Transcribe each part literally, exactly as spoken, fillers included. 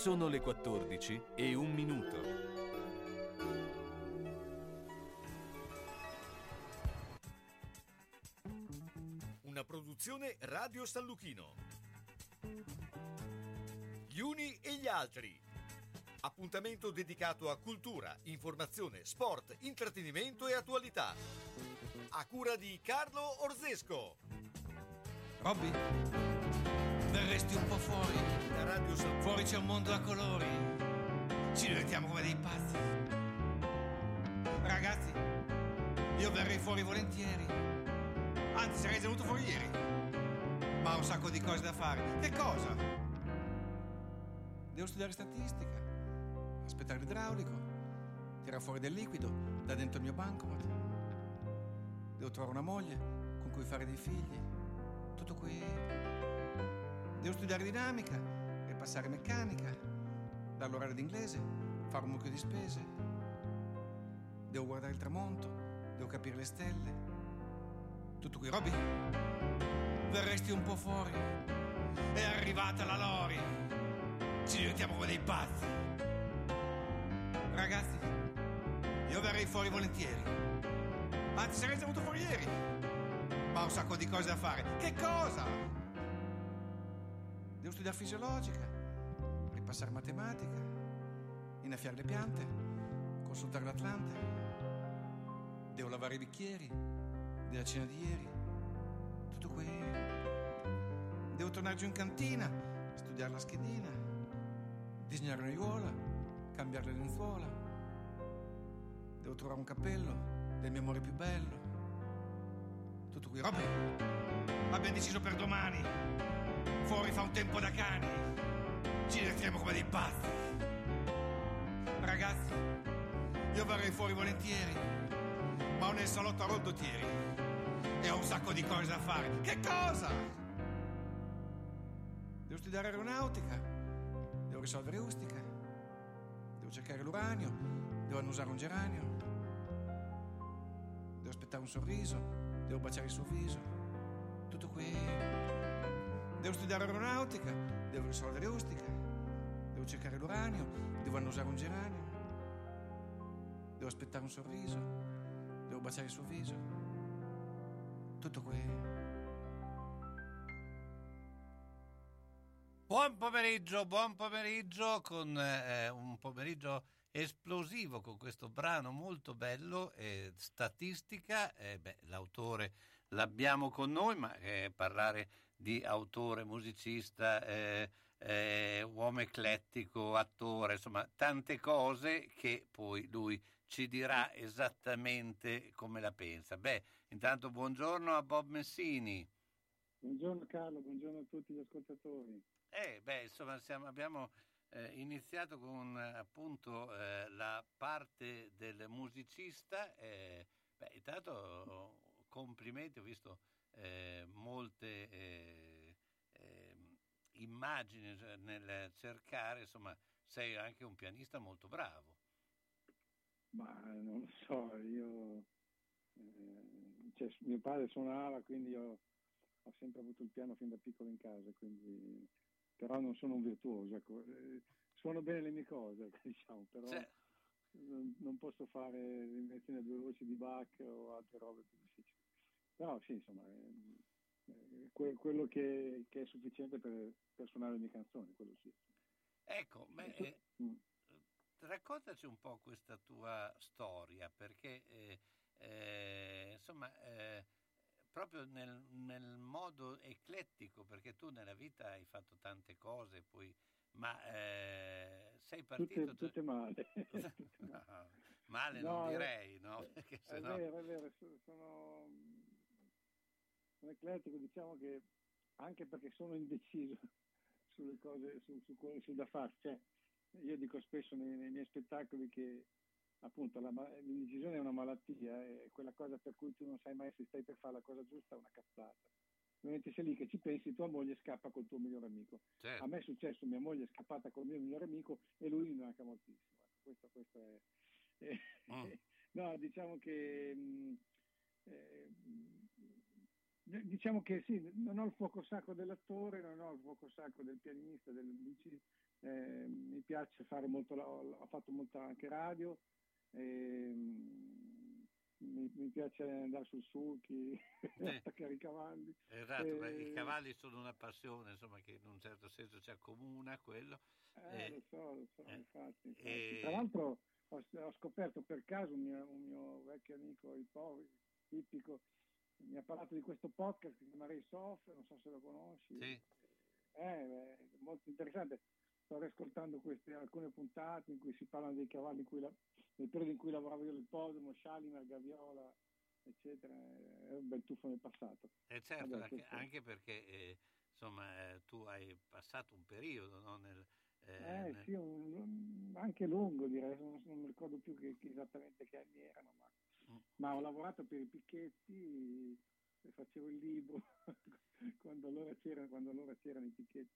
Sono le quattordici e un minuto. Una produzione Radio San Luchino. Gli uni e gli altri. Appuntamento dedicato a cultura, informazione, sport, intrattenimento e attualità. A cura di Carlo Orzesco. Robby, verresti un po' fuori? Da Radio San... Fuori c'è un mondo a colori. Ci divertiamo come dei pazzi. Ragazzi, io verrei fuori volentieri. Anzi, sarei già venuto fuori ieri. Ma ho un sacco di cose da fare. Che cosa? Devo studiare statistica, aspettare l'idraulico, tirare fuori del liquido da dentro il mio bancomat. Devo trovare una moglie con cui fare dei figli. Tutto qui. Devo studiare dinamica e passare meccanica, dare l'orario d'inglese, fare un mucchio di spese. Devo guardare il tramonto, devo capire le stelle. Tutto qui. Robby, verresti un po' fuori? È arrivata la Lori. Ci divertiamo come dei pazzi. Ragazzi, io verrei fuori volentieri. Anzi, sarei già venuto fuori ieri. Ma ho un sacco di cose da fare. Che cosa? Devo studiare fisiologica, ripassare matematica, innaffiare le piante, consultare l'Atlante. Devo lavare i bicchieri della cena di ieri. Tutto qui. Devo tornare giù in cantina, studiare la schedina, disegnare un'aiuola, cambiare le lenzuola. Devo trovare un cappello del mio amore più bello. Tutto qui. Robby, abbiamo deciso per domani. Fuori fa un tempo da cani. Ci divertiamo come dei pazzi. Ragazzi, io verrei fuori volentieri, ma ho nel salotto a Roldottieri e ho un sacco di cose da fare. Che cosa? Devo studiare aeronautica, devo risolvere ustica, devo cercare l'uranio, devo annusare un geranio, devo aspettare un sorriso, devo baciare il suo viso. Tutto qui. Devo studiare aeronautica, devo risolvere ustica, devo cercare l'uranio, devo annusare un geranio, devo aspettare un sorriso, devo baciare il suo viso. Tutto qui. Buon pomeriggio, buon pomeriggio con eh, un pomeriggio esplosivo con questo brano molto bello, eh, statistica. Eh, beh, l'autore l'abbiamo con noi, ma eh, parlare di autore, musicista, eh, eh, uomo eclettico, attore, insomma tante cose che poi lui ci dirà esattamente come la pensa. Beh, intanto buongiorno a Bob Messini. Buongiorno Carlo, buongiorno a tutti gli ascoltatori. Eh, beh, insomma, siamo, abbiamo eh, iniziato con eh, appunto eh, la parte del musicista. Eh, beh, intanto complimenti, ho visto eh, molte eh, eh, immagini nel cercare, insomma, sei anche un pianista molto bravo. Ma non lo so, io eh, cioè, mio padre suonava, quindi io ho sempre avuto il piano fin da piccolo in casa, quindi però non sono un virtuoso, ecco. Eh, suono bene le mie cose, diciamo, però Cioè, non, non posso fare l'invenzione a due voci di Bach o altre robe più difficili. Però sì, insomma, eh, que- quello che, che è sufficiente per, per suonare le mie canzoni, quello sì. ecco, ma, eh, Mm. raccontaci un po' questa tua storia, perché eh, eh, insomma eh, proprio nel, nel modo eclettico, perché tu nella vita hai fatto tante cose, poi, ma eh, sei partito... Tutte, tutte male. Tutte male. No, male non No, direi, no? è, Perché è sennò... vero, è vero, so- sono, sono eclettico, diciamo che anche perché sono indeciso sulle cose, su, su quello su da fare. Cioè, io dico spesso nei, nei miei spettacoli che appunto la, ma- l'indecisione è una malattia, è quella cosa per cui tu non sai mai se stai per fare la cosa giusta o una cazzata. Ovviamente sei lì che ci pensi, tua moglie scappa col tuo migliore amico. Certo. A me è successo, mia moglie è scappata col mio migliore amico e lui mi manca moltissimo. Questo, questo è... eh, Mm. no, diciamo che... mh, eh, diciamo che sì, non ho il fuoco sacro dell'attore, non ho il fuoco sacro del pianista, del musicista, eh, mi piace fare molto, ho, ho fatto molta anche radio, eh, mi, mi piace andare sul sulchi, Sì. attaccare i cavalli. Esatto, beh, i Eh, cavalli sono una passione, insomma, che in un certo senso ci accomuna quello. Eh, Eh, lo so, lo so, eh, infatti, infatti. Tra e- l'altro ho, ho scoperto per caso un mio, un mio vecchio amico, il Po, tipico, mi ha parlato di questo podcast che si chiama Race Off, non so se lo conosci. sì, Eh, beh, molto interessante. Sto riascoltando queste alcune puntate in cui si parlano dei cavalli, in cui la- nel periodo in cui lavoravo io all'ippodromo, Shalimar, Gaviola, eccetera. È un bel tuffo nel passato. eh, certo, Vabbè, anche, questo- anche perché eh, insomma eh, tu hai passato un periodo, no, nel, eh, Eh nel- sì, un- un- anche lungo direi, non, non mi ricordo più che, che esattamente che anni erano, ma, mm, ma ho lavorato per i Picchetti e facevo il libro quando allora c'erano, quando allora c'erano i Picchetti.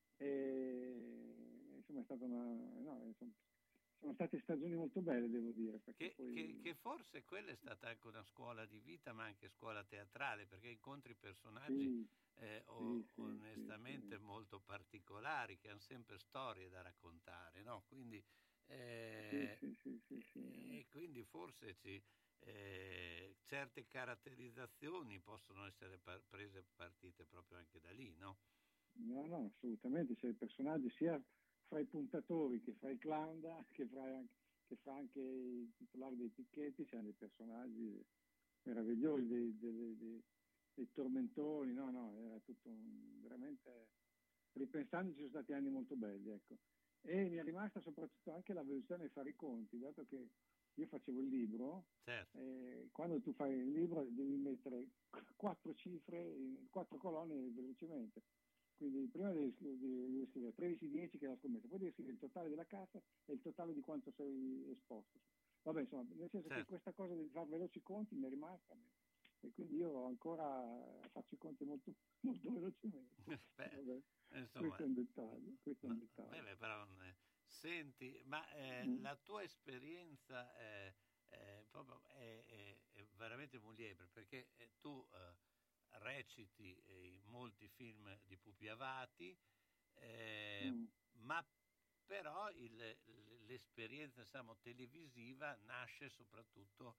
E insomma è stata una, no, insomma, sono state stagioni molto belle, devo dire, perché che, che- poi che forse quella è stata anche una scuola di vita, ma anche scuola teatrale, perché incontri personaggi sì, eh, sì, o- sì, sì, onestamente sì. molto particolari, che hanno sempre storie da raccontare, no? Quindi, Sì, eh, sì, sì, sì, sì. e quindi forse ci, eh, certe caratterizzazioni possono essere par- prese partite proprio anche da lì, no? No, no, assolutamente, c'è il personaggio sia fra i puntatori che fra i clan, che fra, che fra anche i titolari dei picchetti, c'erano dei personaggi meravigliosi, dei, dei- dei- dei tormentori, no, no, era tutto un- veramente, ripensando ci sono stati anni molto belli, ecco. E mi è rimasta soprattutto anche la velocità nel fare i conti, dato che io facevo il libro, Certo, eh, quando tu fai il libro devi mettere quattro cifre, in quattro colonne velocemente. Quindi prima devi, devi scrivere tredici dieci che è la scommessa, poi devi scrivere il totale della cassa e il totale di quanto sei esposto. Vabbè, insomma, nel senso che certo. questa cosa di fare veloci conti mi è rimasta e quindi io ancora faccio i conti molto, molto velocemente. Beh, Vabbè, insomma, questo è un dettaglio, questo è un no, dettaglio. beh, però, eh, senti, ma eh, Mm. la tua esperienza eh, eh, proprio è, è- è veramente molto lieve, perché eh, tu eh, reciti eh, in molti film di Pupi Avati, eh, Mm. ma però il- l'esperienza, diciamo, televisiva nasce soprattutto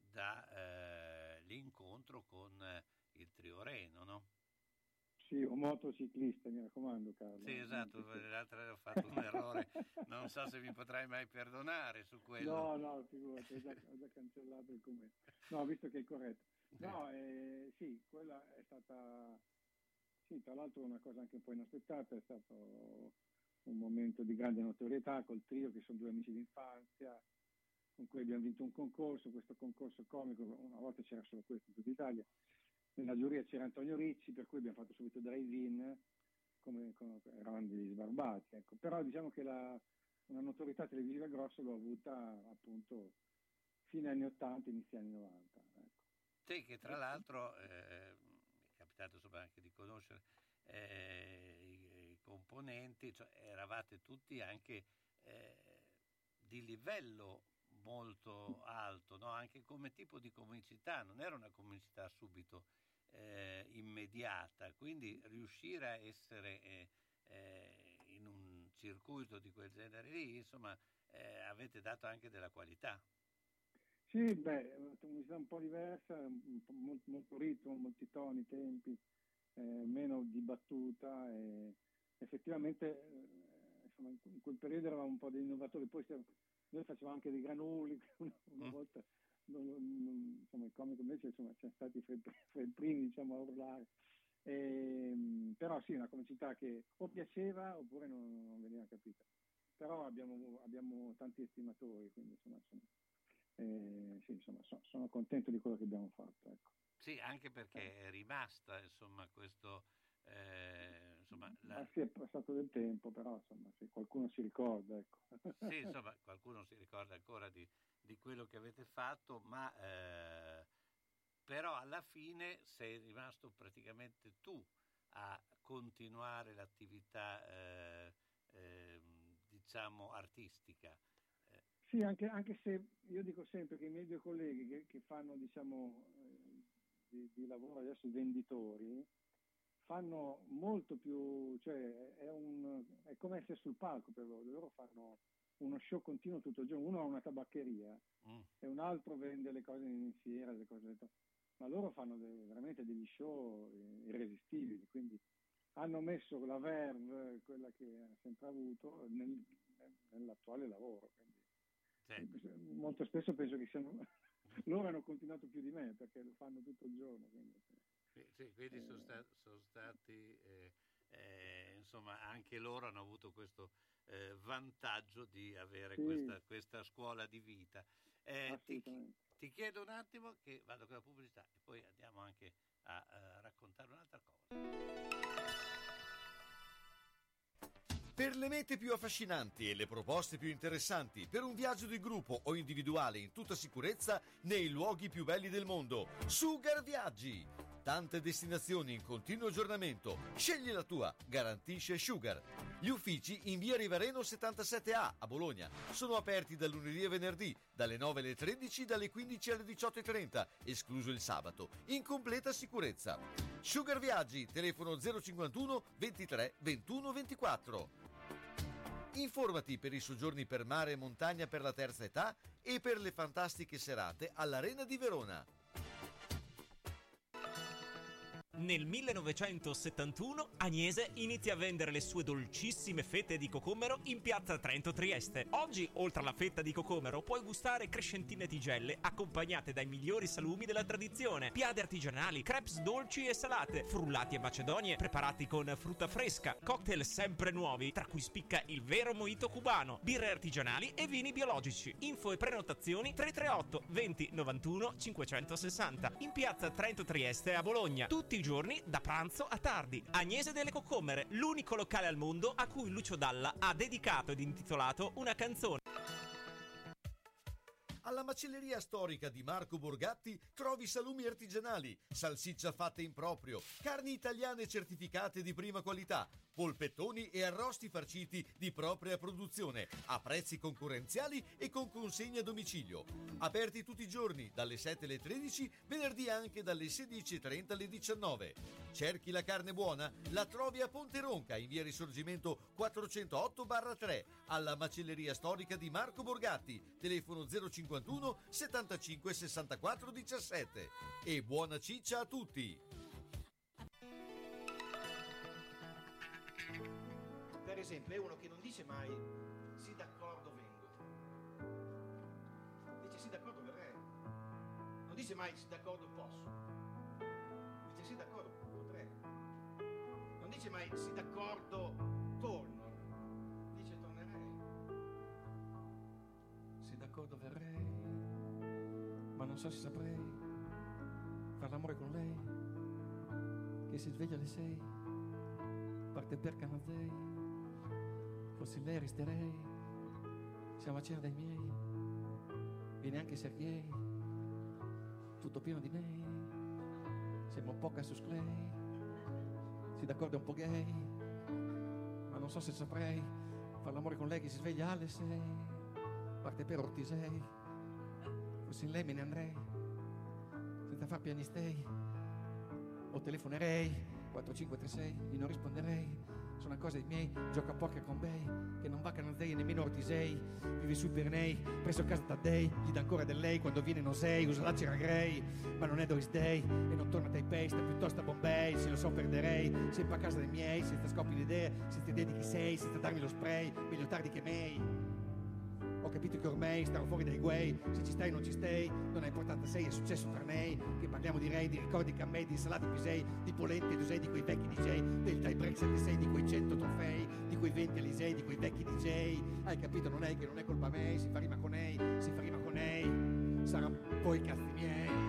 dall'incontro con eh, il Trio Reno, no? Sì, un motociclista, mi raccomando Carlo. Sì, eh, esatto, niente che- l'altra volta ho fatto un errore, non so se mi potrai mai perdonare su quello. No, no, figurati, ho già, ho già cancellato il commento. No, visto che è corretto. No, eh, sì, quella è stata, sì, tra l'altro una cosa anche un po' inaspettata, è stato un momento di grande notorietà col trio, che sono due amici d'infanzia, con cui abbiamo vinto un concorso, questo concorso comico, una volta c'era solo questo in tutta Italia, nella giuria c'era Antonio Ricci, per cui abbiamo fatto subito drive-in, come, come eravamo degli sbarbati, ecco. Però diciamo che la, una notorietà televisiva grossa l'ho avuta appunto fine anni ottanta, inizio anni novanta. Ecco. Te che tra E- l'altro eh, mi è capitato insomma anche di conoscere eh, i, i componenti, cioè eravate tutti anche eh, di livello molto alto, no? Anche come tipo di comicità, non era una comicità subito eh, immediata, quindi riuscire a essere eh, eh, in un circuito di quel genere lì, insomma, eh, avete dato anche della qualità. Sì, beh, è una musica un po' diversa, un po' mol- molto ritmo, molti toni, tempi, eh, meno di battuta e effettivamente eh, insomma, in in quel periodo eravamo un po' degli innovatori, poi stiamo- noi facevamo anche dei granuli, una, una Mm? volta non- non- insomma, il comico invece insomma, siamo stati fra i, fra i primi diciamo, a urlare. Ehm, però sì, una comicità che o piaceva oppure non, non veniva capita. Però abbiamo, abbiamo tanti estimatori, quindi insomma, sono, eh, sì, insomma, so- sono contento di quello che abbiamo fatto. Ecco. Sì, anche Eh, perché è rimasta, insomma, questo, eh, insomma, la- ma sì, è passato del tempo, però insomma, sì, qualcuno si ricorda. Ecco. sì, insomma, qualcuno si ricorda ancora di, di quello che avete fatto, ma eh, però alla fine sei rimasto praticamente tu a continuare l'attività, eh, ehm, diciamo, artistica. Eh, Sì, anche, anche se io dico sempre che i miei due colleghi che, che fanno diciamo, eh, di, di lavoro adesso venditori, fanno molto più, cioè è, un, è come essere sul palco per loro, loro fanno uno show continuo tutto il giorno, uno ha una tabaccheria mm. e un altro vende le cose in fiera, le cose, ma loro fanno de, veramente degli show irresistibili, quindi hanno messo la verve, quella che ha sempre avuto, nel, nell'attuale lavoro. Quindi, sì. Molto spesso penso che siano loro hanno continuato più di me perché lo fanno tutto il giorno. Quindi, sì, sì, quindi eh, sono, sta- sono stati, eh, eh, insomma, anche loro hanno avuto questo eh, vantaggio di avere sì. questa, questa scuola di vita. Eh, ti, ti chiedo un attimo che vado con la pubblicità e poi andiamo anche a, a raccontare un'altra cosa. Per le mete più affascinanti e le proposte più interessanti, per un viaggio di gruppo o individuale in tutta sicurezza nei luoghi più belli del mondo, Sugar Viaggi! Tante destinazioni in continuo aggiornamento. Scegli la tua, garantisce Sugar. Gli uffici in via Rivareno settantasette A a Bologna sono aperti da lunedì a venerdì, dalle nove alle tredici, dalle quindici alle diciotto e trenta, escluso il sabato, in completa sicurezza. Sugar Viaggi, telefono zero cinquantuno ventitré ventuno ventiquattro. Informati per i soggiorni per mare e montagna per la terza età e per le fantastiche serate all'Arena di Verona. Nel millenovecentosettantuno Agnese inizia a vendere le sue dolcissime fette di cocomero in piazza Trento Trieste. Oggi, oltre alla fetta di cocomero, puoi gustare crescentine tigelle accompagnate dai migliori salumi della tradizione, piade artigianali, crepes dolci e salate, frullati e macedonie preparati con frutta fresca, cocktail sempre nuovi, tra cui spicca il vero mojito cubano, birre artigianali e vini biologici. Info e prenotazioni tre tre otto venti novantuno cinquecentosessanta in piazza Trento Trieste a Bologna. Tutti i giorni da pranzo a tardi. Agnese delle Cocomere, l'unico locale al mondo a cui Lucio Dalla ha dedicato ed intitolato una canzone. Alla macelleria storica di Marco Borgatti trovi salumi artigianali, salsiccia fatta in proprio, carni italiane certificate di prima qualità, polpettoni e arrosti farciti di propria produzione, a prezzi concorrenziali e con consegna a domicilio. Aperti tutti i giorni, dalle sette alle tredici, venerdì anche dalle sedici e trenta alle diciannove. Cerchi la carne buona? La trovi a Ponte Ronca, in via Risorgimento quattrocentootto tre, alla macelleria storica di Marco Borgatti, telefono zero cinquantuno settantacinque sessantaquattro diciassette. E buona ciccia a tutti! Per esempio, è uno che non dice mai sì, d'accordo, vengo. Dice sì, d'accordo, verrei. Non dice mai sì, d'accordo, posso. Dice sì, d'accordo, potrei. Non dice mai sì, d'accordo, torno. Dice tornerei. Sì, d'accordo, verrei. Ma non so se saprei far l'amore con lei, che si sveglia alle sei, parte per Canazei. Fossi lei resterei, siamo a cena dai miei, viene anche Sergei, tutto pieno di lei, siamo un po' Cassius Clay, si d'accordo è un po' gay, ma non so se saprei far l'amore con lei che si sveglia alle sei, parte per Ortisei, fossi lei me ne andrei, senza far pianistei, o telefonerei, quattro cinque tre sei, io non risponderei, sono a cosa dei miei, gioca a poker con Bay, che non va a Canazei e nemmeno Ortisei, vive sui Pirenei, presso casa Taddei, gli dà ancora del lei quando viene Nosei, usa la cera Grey, ma non è Doris Day, e non torna a Taipei, sta piuttosto a Bombay, se lo so perderei, sempre a casa dei miei, senza scopi di idee, senza idee di chi sei, senza darmi lo spray, meglio tardi che mai. Ho capito che ormai starò fuori dai guai, se ci stai o non ci stai, non ha importanza sei, è successo tra noi, che parliamo di Ray, di ricordi cammei, di insalati pisei, di polente ed usei, di quei vecchi D J, del tie break settantasei, di quei cento trofei, di quei venti Elisei, di quei vecchi D J, hai capito non è che non è colpa mia, si fa rima con lei, si fa rima con lei, sarà poi cazzi miei.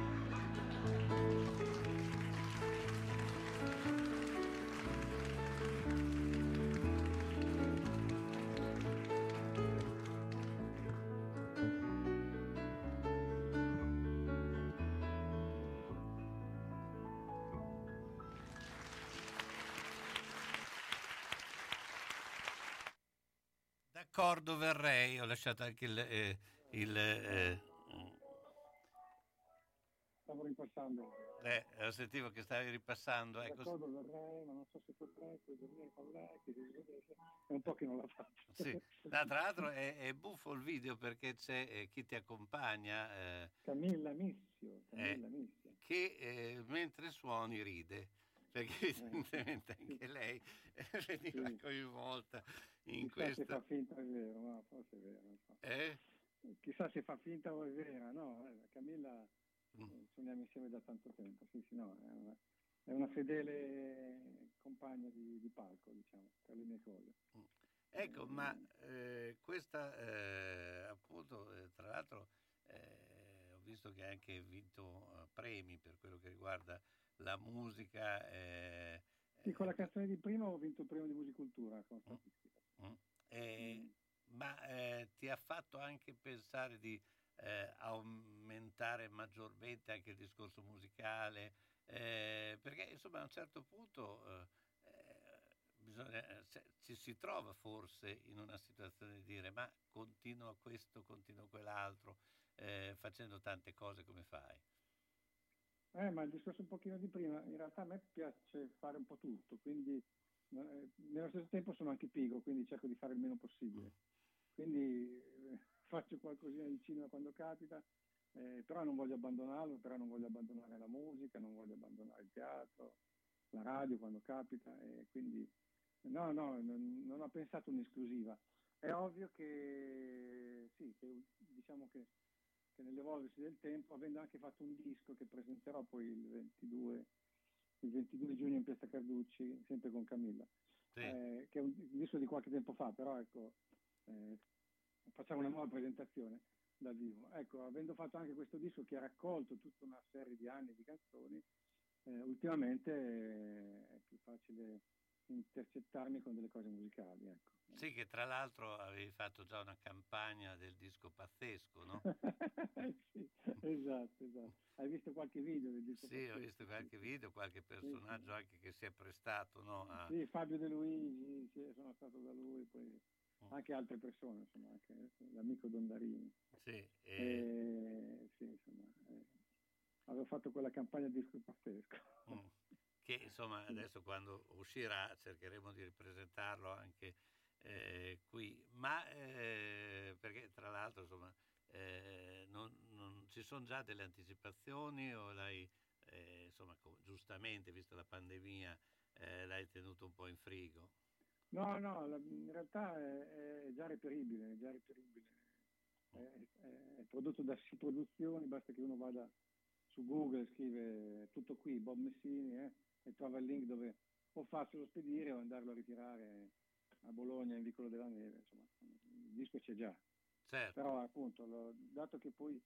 D'accordo, verrei. Ho lasciato anche il... Eh, il eh. Stavo ripassando. Eh, lo sentivo che stavi ripassando. Ecco. D'accordo, vorrei, ma non so se potrei, poi dormire con lei, che è un po' che non la faccio. Sì. No, tra l'altro è, è buffo il video perché c'è eh, chi ti accompagna, eh, Camilla Missio, Camilla eh, Missio. che eh, mentre suoni ride, perché evidentemente anche lei eh, veniva Sì. coinvolta in Chissà se questo. fa finta è vero, ma forse è vero. Non so. Eh? Chissà se fa finta o è vera, no? eh, Camilla Mm. eh, suoniamo insieme da tanto tempo, sì, sì, no, è una, è una fedele compagna di, di palco, diciamo, per le mie cose. Ecco, Eh, ma eh, questa eh, appunto, eh, tra l'altro eh, ho visto che ha anche vinto eh, premi per quello che riguarda la musica. Eh, Sì, con la eh, canzone di prima ho vinto il premio di musicultura con mm, statistica. mm. Eh, Mm. ma eh, ti ha fatto anche pensare di eh, aumentare maggiormente anche il discorso musicale? Eh, perché insomma a un certo punto eh, eh, bisogna, eh, se- ci si trova forse in una situazione di dire ma continuo questo, continuo quell'altro, eh, facendo tante cose come fai. Eh, ma il discorso un pochino di prima, in realtà a me piace fare un po' tutto, quindi eh, nello stesso tempo sono anche pigro, quindi cerco di fare il meno possibile. Quindi eh, faccio qualcosina di cinema quando capita, eh, però non voglio abbandonarlo, però non voglio abbandonare la musica, non voglio abbandonare il teatro, la radio quando capita, e quindi no, no, non, non ho pensato un'esclusiva. È ovvio che sì, che, diciamo che, che nell'evolversi del tempo, avendo anche fatto un disco che presenterò poi il ventidue, il ventidue giugno in Piazza Carducci, sempre con Camilla, Sì, eh, che è un disco di qualche tempo fa, però ecco, eh, facciamo una nuova presentazione dal vivo. Ecco, avendo fatto anche questo disco che ha raccolto tutta una serie di anni di canzoni, eh, ultimamente eh, è più facile intercettarmi con delle cose musicali, ecco. sì, che tra l'altro avevi fatto già una campagna del disco pazzesco, no? Sì, esatto, esatto. Hai visto qualche video del disco Sì, ho visto pazzesco? Sì, qualche sì. video, qualche Sì, personaggio sì. anche che si è prestato, no, a... Sì, Fabio De Luigi, sì, sono stato da lui, poi Mm. anche altre persone, insomma, anche l'amico Dondarini. Sì, e- E, sì, insomma, eh, avevo fatto quella campagna di disco pazzesco. mm. Che insomma adesso quando uscirà cercheremo di ripresentarlo anche eh, qui, ma eh, perché tra l'altro insomma eh, non, non- ci sono già delle anticipazioni o l'hai eh, insomma co- giustamente visto la pandemia eh, l'hai tenuto un po' in frigo? No, no, la- in realtà è, è già reperibile, è già reperibile. È, è- è prodotto da S I Produzioni, basta che uno vada su Google, scrive tutto qui, Bob Messini, eh, e trova il link dove o farselo spedire o andarlo a ritirare a Bologna in Vicolo della Neve, insomma, il disco c'è già. Certo, Però appunto, lo- dato che poi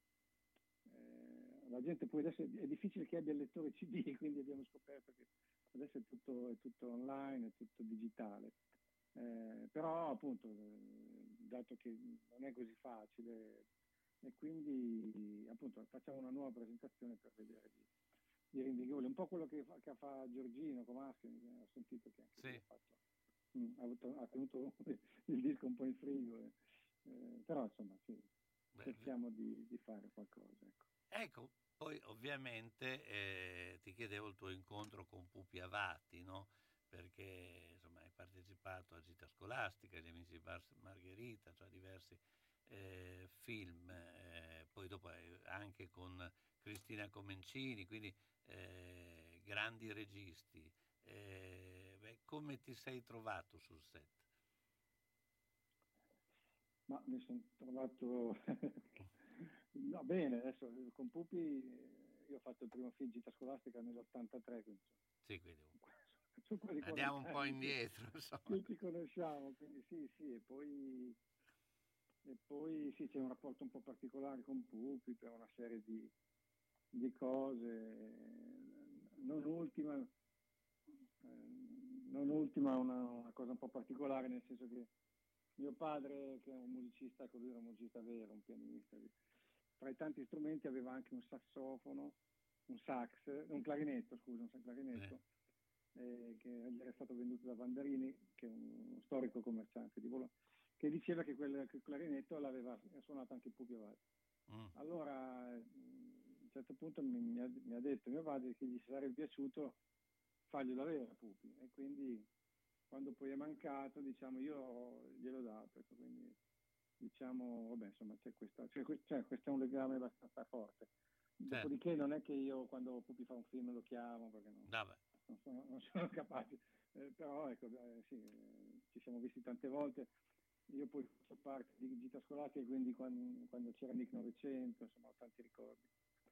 eh, la gente poi adesso è, è difficile che abbia il lettore C D, quindi abbiamo scoperto che adesso è tutto, è tutto online, è tutto digitale. Eh, però appunto, eh, dato che non è così facile, e quindi appunto facciamo una nuova presentazione per vedere di, di rinvigorire un po' quello che fa, che fa Giorgino Comaschi, eh, ho sentito che anche lui sì. ha fatto, mm, ha, avuto- ha tenuto il disco un po' in frigo, eh, eh, però insomma sì, Beh, cerchiamo di, di fare qualcosa. Ecco. ecco, poi ovviamente eh, ti chiedevo il tuo incontro con Pupi Avati, no? Perché insomma hai partecipato a Gita Scolastica, agli Amici di Bar- Margherita, cioè diversi eh, film, eh, poi dopo hai- anche con Cristina Comencini, quindi eh, grandi registi. Eh, beh, come ti sei trovato sul set? Ma mi sono trovato no, bene, adesso con Pupi eh, io ho fatto il primo film Gita Scolastica nell'ottantatré, quindi Sì, quindi sono sono quasi andiamo un quaranta po' anni che, indietro, insomma. che ci conosciamo, quindi sì, sì, e poi, e poi sì, c'è un rapporto un po' particolare con Pupi per una serie di, di cose, non ultima, eh, non ultima una, una cosa un po' particolare, nel senso che mio padre, che è un musicista, ecco lui era un musicista vero, un pianista, tra i tanti strumenti aveva anche un sassofono, un sax, un clarinetto, scusa, un Eh, clarinetto, eh, che gli era stato venduto da Vandarini, che è un storico commerciante di Bologna, che diceva che quel, quel clarinetto l'aveva suonato anche Pupi Avati. mm, Allora, mh, certo punto mi, mi, ha, mi ha detto mio padre che gli sarebbe piaciuto farglielo avere a Pupi, e quindi quando poi è mancato, diciamo, io gliel'ho dato, ecco, quindi diciamo, vabbè, insomma, c'è questa, c'è, c'è, questo è un legame abbastanza forte. Certo. Dopodiché non è che io quando Pupi fa un film lo chiamo, perché no, Vabbè. non, sono, non sono capace, eh, però ecco, eh, sì, eh, ci siamo visti tante volte. Io poi faccio parte di Gita Scolastica, quindi quando, quando c'era Nick novecento, insomma, ho tanti ricordi.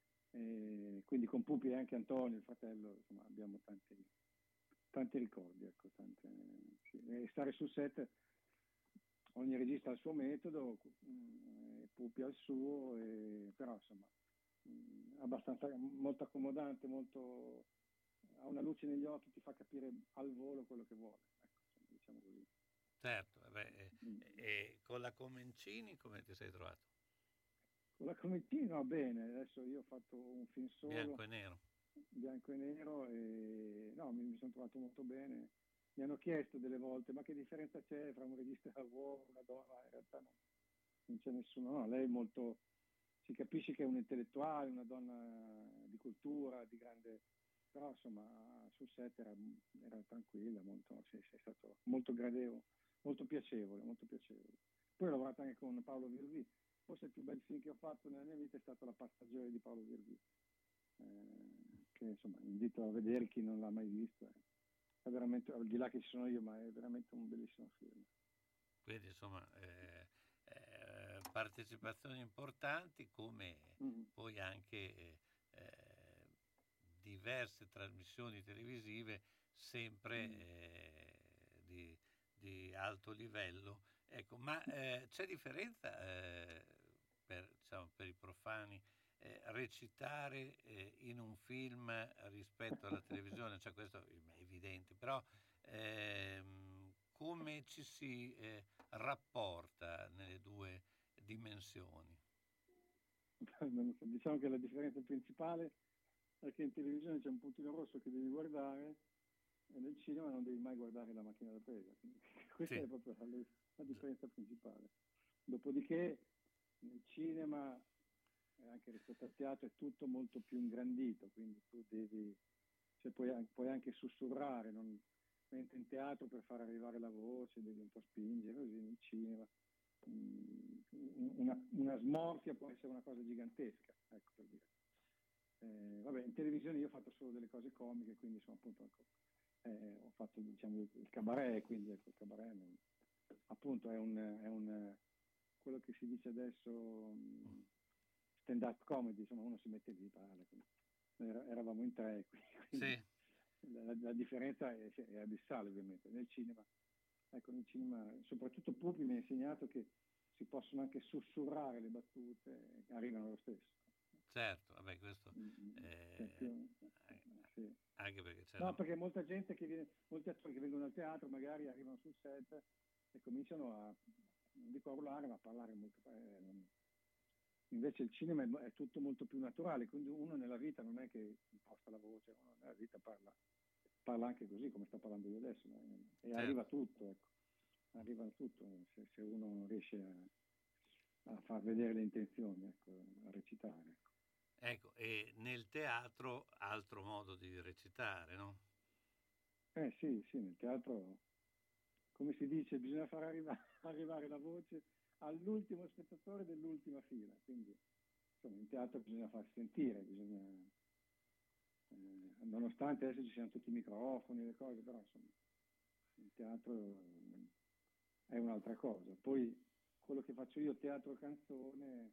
E quindi con Pupi e anche Antonio, il fratello, insomma, abbiamo tanti, tanti ricordi, ecco, tante, sì. E stare sul set, ogni regista ha il suo metodo, mh, Pupi ha il suo, e, però insomma, mh, abbastanza, molto accomodante, molto, ha una luce negli occhi, ti fa capire al volo quello che vuole, ecco, insomma, diciamo così. Certo, vabbè, e, e con la Comencini come ti sei trovato? Con la Comencini va bene, adesso io ho fatto un film solo, bianco e nero, bianco e nero, e no, mi, mi sono trovato molto bene. Mi hanno chiesto delle volte, ma che differenza c'è fra un regista uomo e una donna? In realtà no, non c'è nessuno, no, lei è molto, si capisce che è un intellettuale, una donna di cultura, di grande, però insomma sul set era, era tranquilla, molto, sì, sì, è stato molto gradevole, molto piacevole, molto piacevole. Poi ho lavorato anche con Paolo Virvi, forse il più bel film che ho fatto nella mia vita è stato La Passaggeri di Paolo Virvi, eh, che insomma invito a vedere chi non l'ha mai visto, eh. È veramente, al di là che ci sono io, ma è veramente un bellissimo film. quindi insomma eh, eh, partecipazioni importanti, come mm-hmm. poi anche eh, eh, diverse trasmissioni televisive sempre mm. eh, di, di alto livello. Ecco, ma eh, c'è differenza eh, per, diciamo, per i profani eh, recitare eh, in un film rispetto alla televisione? Cioè, questo è evidente, però ehm, come ci si eh, rapporta nelle due dimensioni? Diciamo che la differenza principale è che in televisione c'è un puntino rosso che devi guardare e nel cinema non devi mai guardare la macchina da presa. Questa sì. È proprio la, la differenza principale. Dopodiché nel cinema, anche rispetto al teatro, è tutto molto più ingrandito, quindi tu devi, cioè puoi, puoi anche sussurrare, non, mentre in teatro per far arrivare la voce devi un po' spingere, così nel cinema una, una smorfia può essere una cosa gigantesca, ecco, per dire. Eh, vabbè, in televisione io ho fatto solo delle cose comiche, quindi sono appunto ecco, eh, ho fatto diciamo il cabaret, quindi ecco, il cabaret non, appunto è un, è un quello che si dice adesso stand up comedy, insomma uno si mette lì, parla, era, eravamo in tre, quindi sì. la, la differenza è, è abissale ovviamente. Nel cinema, ecco, nel cinema, soprattutto Pupi mi ha insegnato che si possono anche sussurrare le battute e arrivano lo stesso. Certo, vabbè, questo mm-hmm. eh, più, sì. Anche perché c'è no, una... perché molta gente che viene, molti attori che vengono al teatro magari arrivano sul set e cominciano a, non dico a urlare, ma a parlare molto. Eh, invece il cinema è, è tutto molto più naturale, quindi uno nella vita non è che imposta la voce, uno nella vita parla, parla anche così come sto parlando io adesso, no? E certo. Arriva tutto, ecco. Arriva tutto se, se uno riesce a, a far vedere le intenzioni, ecco, a recitare. Ecco. Ecco, e nel teatro altro modo di recitare, no? Eh sì, sì, nel teatro, come si dice, bisogna far arriva, arrivare la voce all'ultimo spettatore dell'ultima fila, quindi insomma in teatro bisogna far sentire, bisogna, eh, nonostante adesso ci siano tutti i microfoni, le cose, però insomma il teatro è un'altra cosa. Poi quello che faccio io, teatro canzone,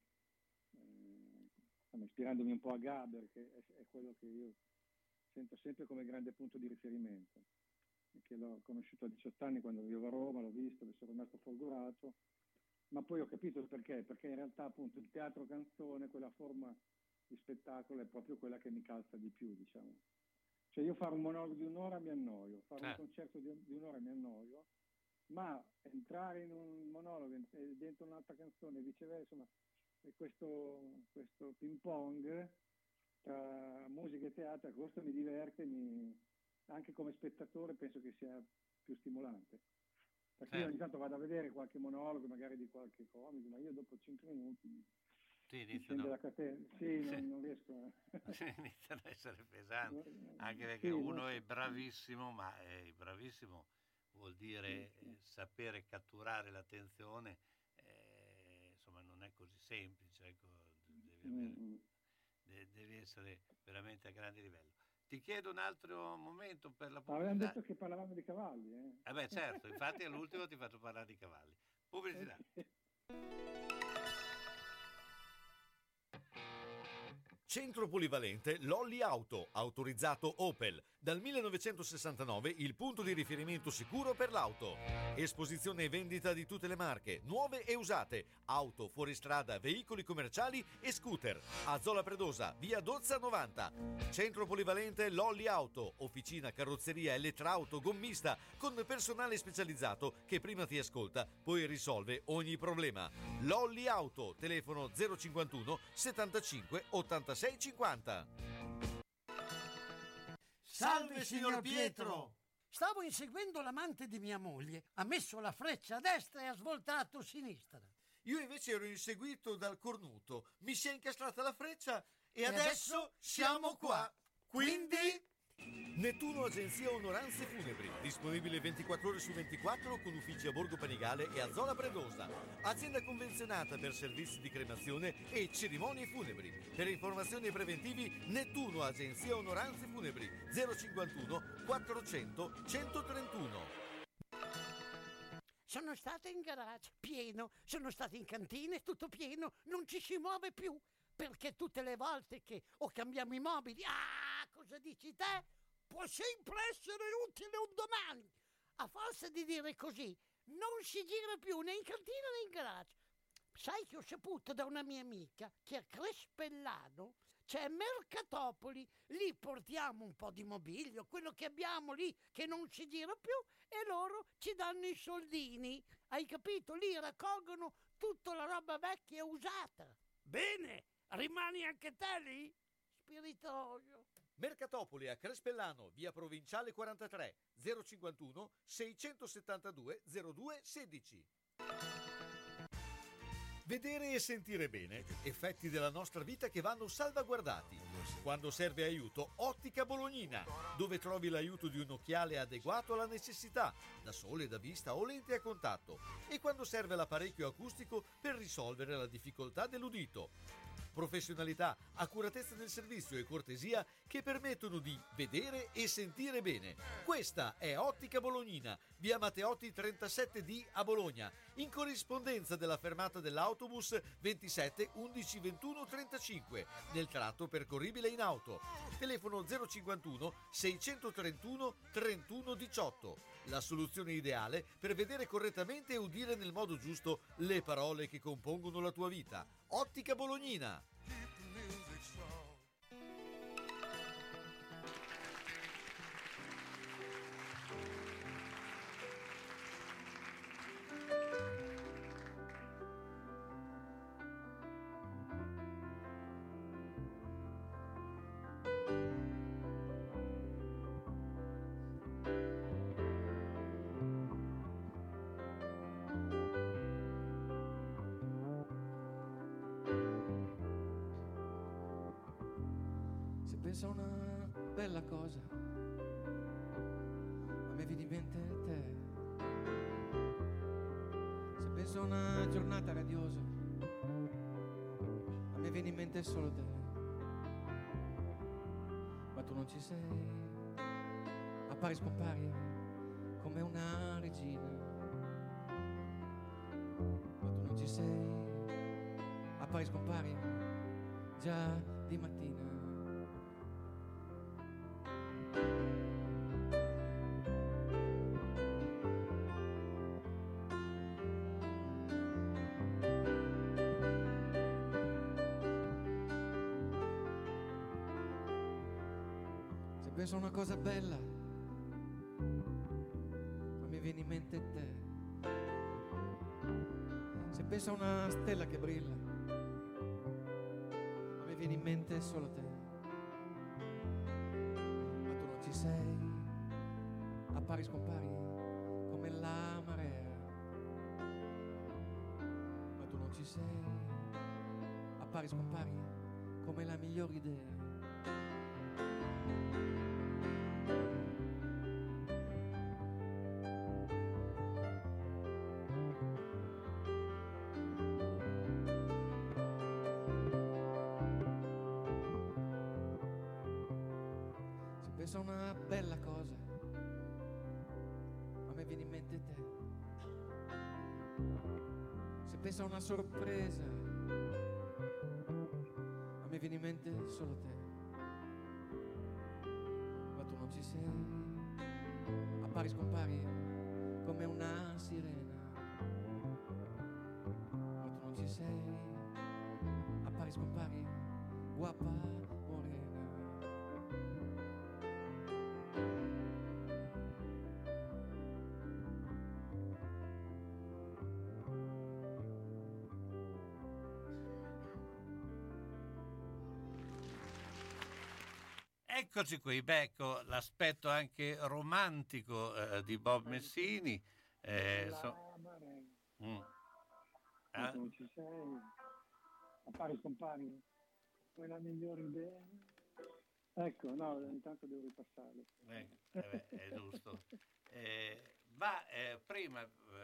eh, ispirandomi un po' a Gaber, che è, è quello che io sento sempre come grande punto di riferimento, che l'ho conosciuto a diciotto anni quando vivevo a Roma, l'ho visto, mi sono rimasto folgorato, ma poi ho capito il perché, perché in realtà appunto il teatro canzone, quella forma di spettacolo è proprio quella che mi calza di più, diciamo. Cioè io fare un monologo di un'ora mi annoio, fare un concerto di, di un'ora mi annoio, ma entrare in un monologo e dentro un'altra canzone e viceversa, insomma, e questo, questo ping pong tra musica e teatro, questo mi diverte, mi, anche come spettatore penso che sia più stimolante. Perché eh. io ogni tanto vado a vedere qualche monologo, magari di qualche comico, ma io dopo cinque minuti Sì, si iniziano, scende la catena. Sì, sì, non, non riesco a... sì, iniziano a essere pesanti, anche perché Sì, uno no, è bravissimo, ma è bravissimo vuol dire eh, sapere catturare l'attenzione, eh, insomma non è così semplice, ecco, devi mm, avere, mm. de- devi essere veramente a grande livello. Ti chiedo un altro momento per la Avevamo pubblicità. detto che parlavamo di cavalli, eh? Eh beh, certo, infatti all'ultimo ti faccio parlare di cavalli. Pubblicità. Ok. Centro polivalente Lolli Auto, autorizzato Opel. Dal millenovecentosessantanove il punto di riferimento sicuro per l'auto. Esposizione e vendita di tutte le marche, nuove e usate, auto, fuoristrada, veicoli commerciali e scooter. A Zola Predosa, via Dozza novanta. Centro polivalente Lolli Auto, officina, carrozzeria, elettrauto, gommista, con personale specializzato che prima ti ascolta, poi risolve ogni problema. Lolli Auto, telefono zero cinquantuno settantacinque ottantasei cinquanta. Salve signor Pietro! Stavo inseguendo l'amante di mia moglie. Ha messo la freccia a destra e ha svoltato a sinistra. Io invece ero inseguito dal cornuto, mi si è incastrata la freccia e, E adesso, adesso siamo qua. Quindi... Quindi... Nettuno Agenzia Onoranze Funebri, disponibile ventiquattro ore su ventiquattro con uffici a Borgo Panigale e a Zola Predosa. Azienda convenzionata per servizi di cremazione e cerimonie funebri. Per informazioni e preventivi Nettuno Agenzia Onoranze Funebri zero cinquantuno quattrocento centotrentuno. Sono stato in garage, pieno. Sono stato in cantina, tutto pieno. Non ci si muove più. Perché tutte le volte che o cambiamo i mobili, ah, cosa dici te? Può sempre essere utile un domani. A forza di dire così, non si gira più né in cantina né in garage. Sai che ho saputo da una mia amica che a Crespellano c'è Mercatopoli. Lì portiamo un po' di mobilio, quello che abbiamo lì che non si gira più, e loro ci danno i soldini. Hai capito? Lì raccolgono tutta la roba vecchia e usata. Bene, rimani anche te lì? Spiritoso. Mercatopoli a Crespellano, via Provinciale quarantatré, zero cinquantuno seicentosettantadue zero due sedici. Vedere e sentire bene, effetti della nostra vita che vanno salvaguardati. Quando serve aiuto, Ottica Bolognina, dove trovi l'aiuto di un occhiale adeguato alla necessità, da sole, da vista o lente a contatto, e quando serve l'apparecchio acustico per risolvere la difficoltà dell'udito. Professionalità, accuratezza del servizio e cortesia che permettono di vedere e sentire bene. Questa è Ottica Bolognina, via Matteotti trentasette D a Bologna, in corrispondenza della fermata dell'autobus ventisette undici ventuno trentacinque, nel tratto percorribile in auto. Telefono zero cinquantuno seicentotrentuno trentuno diciotto. La soluzione ideale per vedere correttamente e udire nel modo giusto le parole che compongono la tua vita. Ottica Bolognina. Pensa una bella cosa, a me viene in mente te. Se penso a una giornata radiosa, a me viene in mente solo te. Ma tu non ci sei, appari e scompari come una regina. Ma tu non ci sei, appari e scompari già di mattina. Se penso a una cosa bella, a me viene in mente te. Se penso a una stella che brilla, a me viene in mente solo te. Ci sei, appari e scompari come la marea. Ma tu non ci sei, appari appari scompari come la migliore idea. Se penso a una bella cosa, a me viene in mente te. Se penso a una sorpresa, a me viene in mente solo te. Ma tu non ci sei, appari scompari come una sirena. Ma tu non ci sei, appari scompari, guapa morena. Eccoci qui, beh, ecco l'aspetto anche romantico eh, di Bob Messini. Eh, so- Mm. Ah, Non ci sei, appari scompari, come la migliore idea. Ecco, no, ogni tanto devo ripassarlo. eh, eh beh, è giusto. Eh, ma eh, prima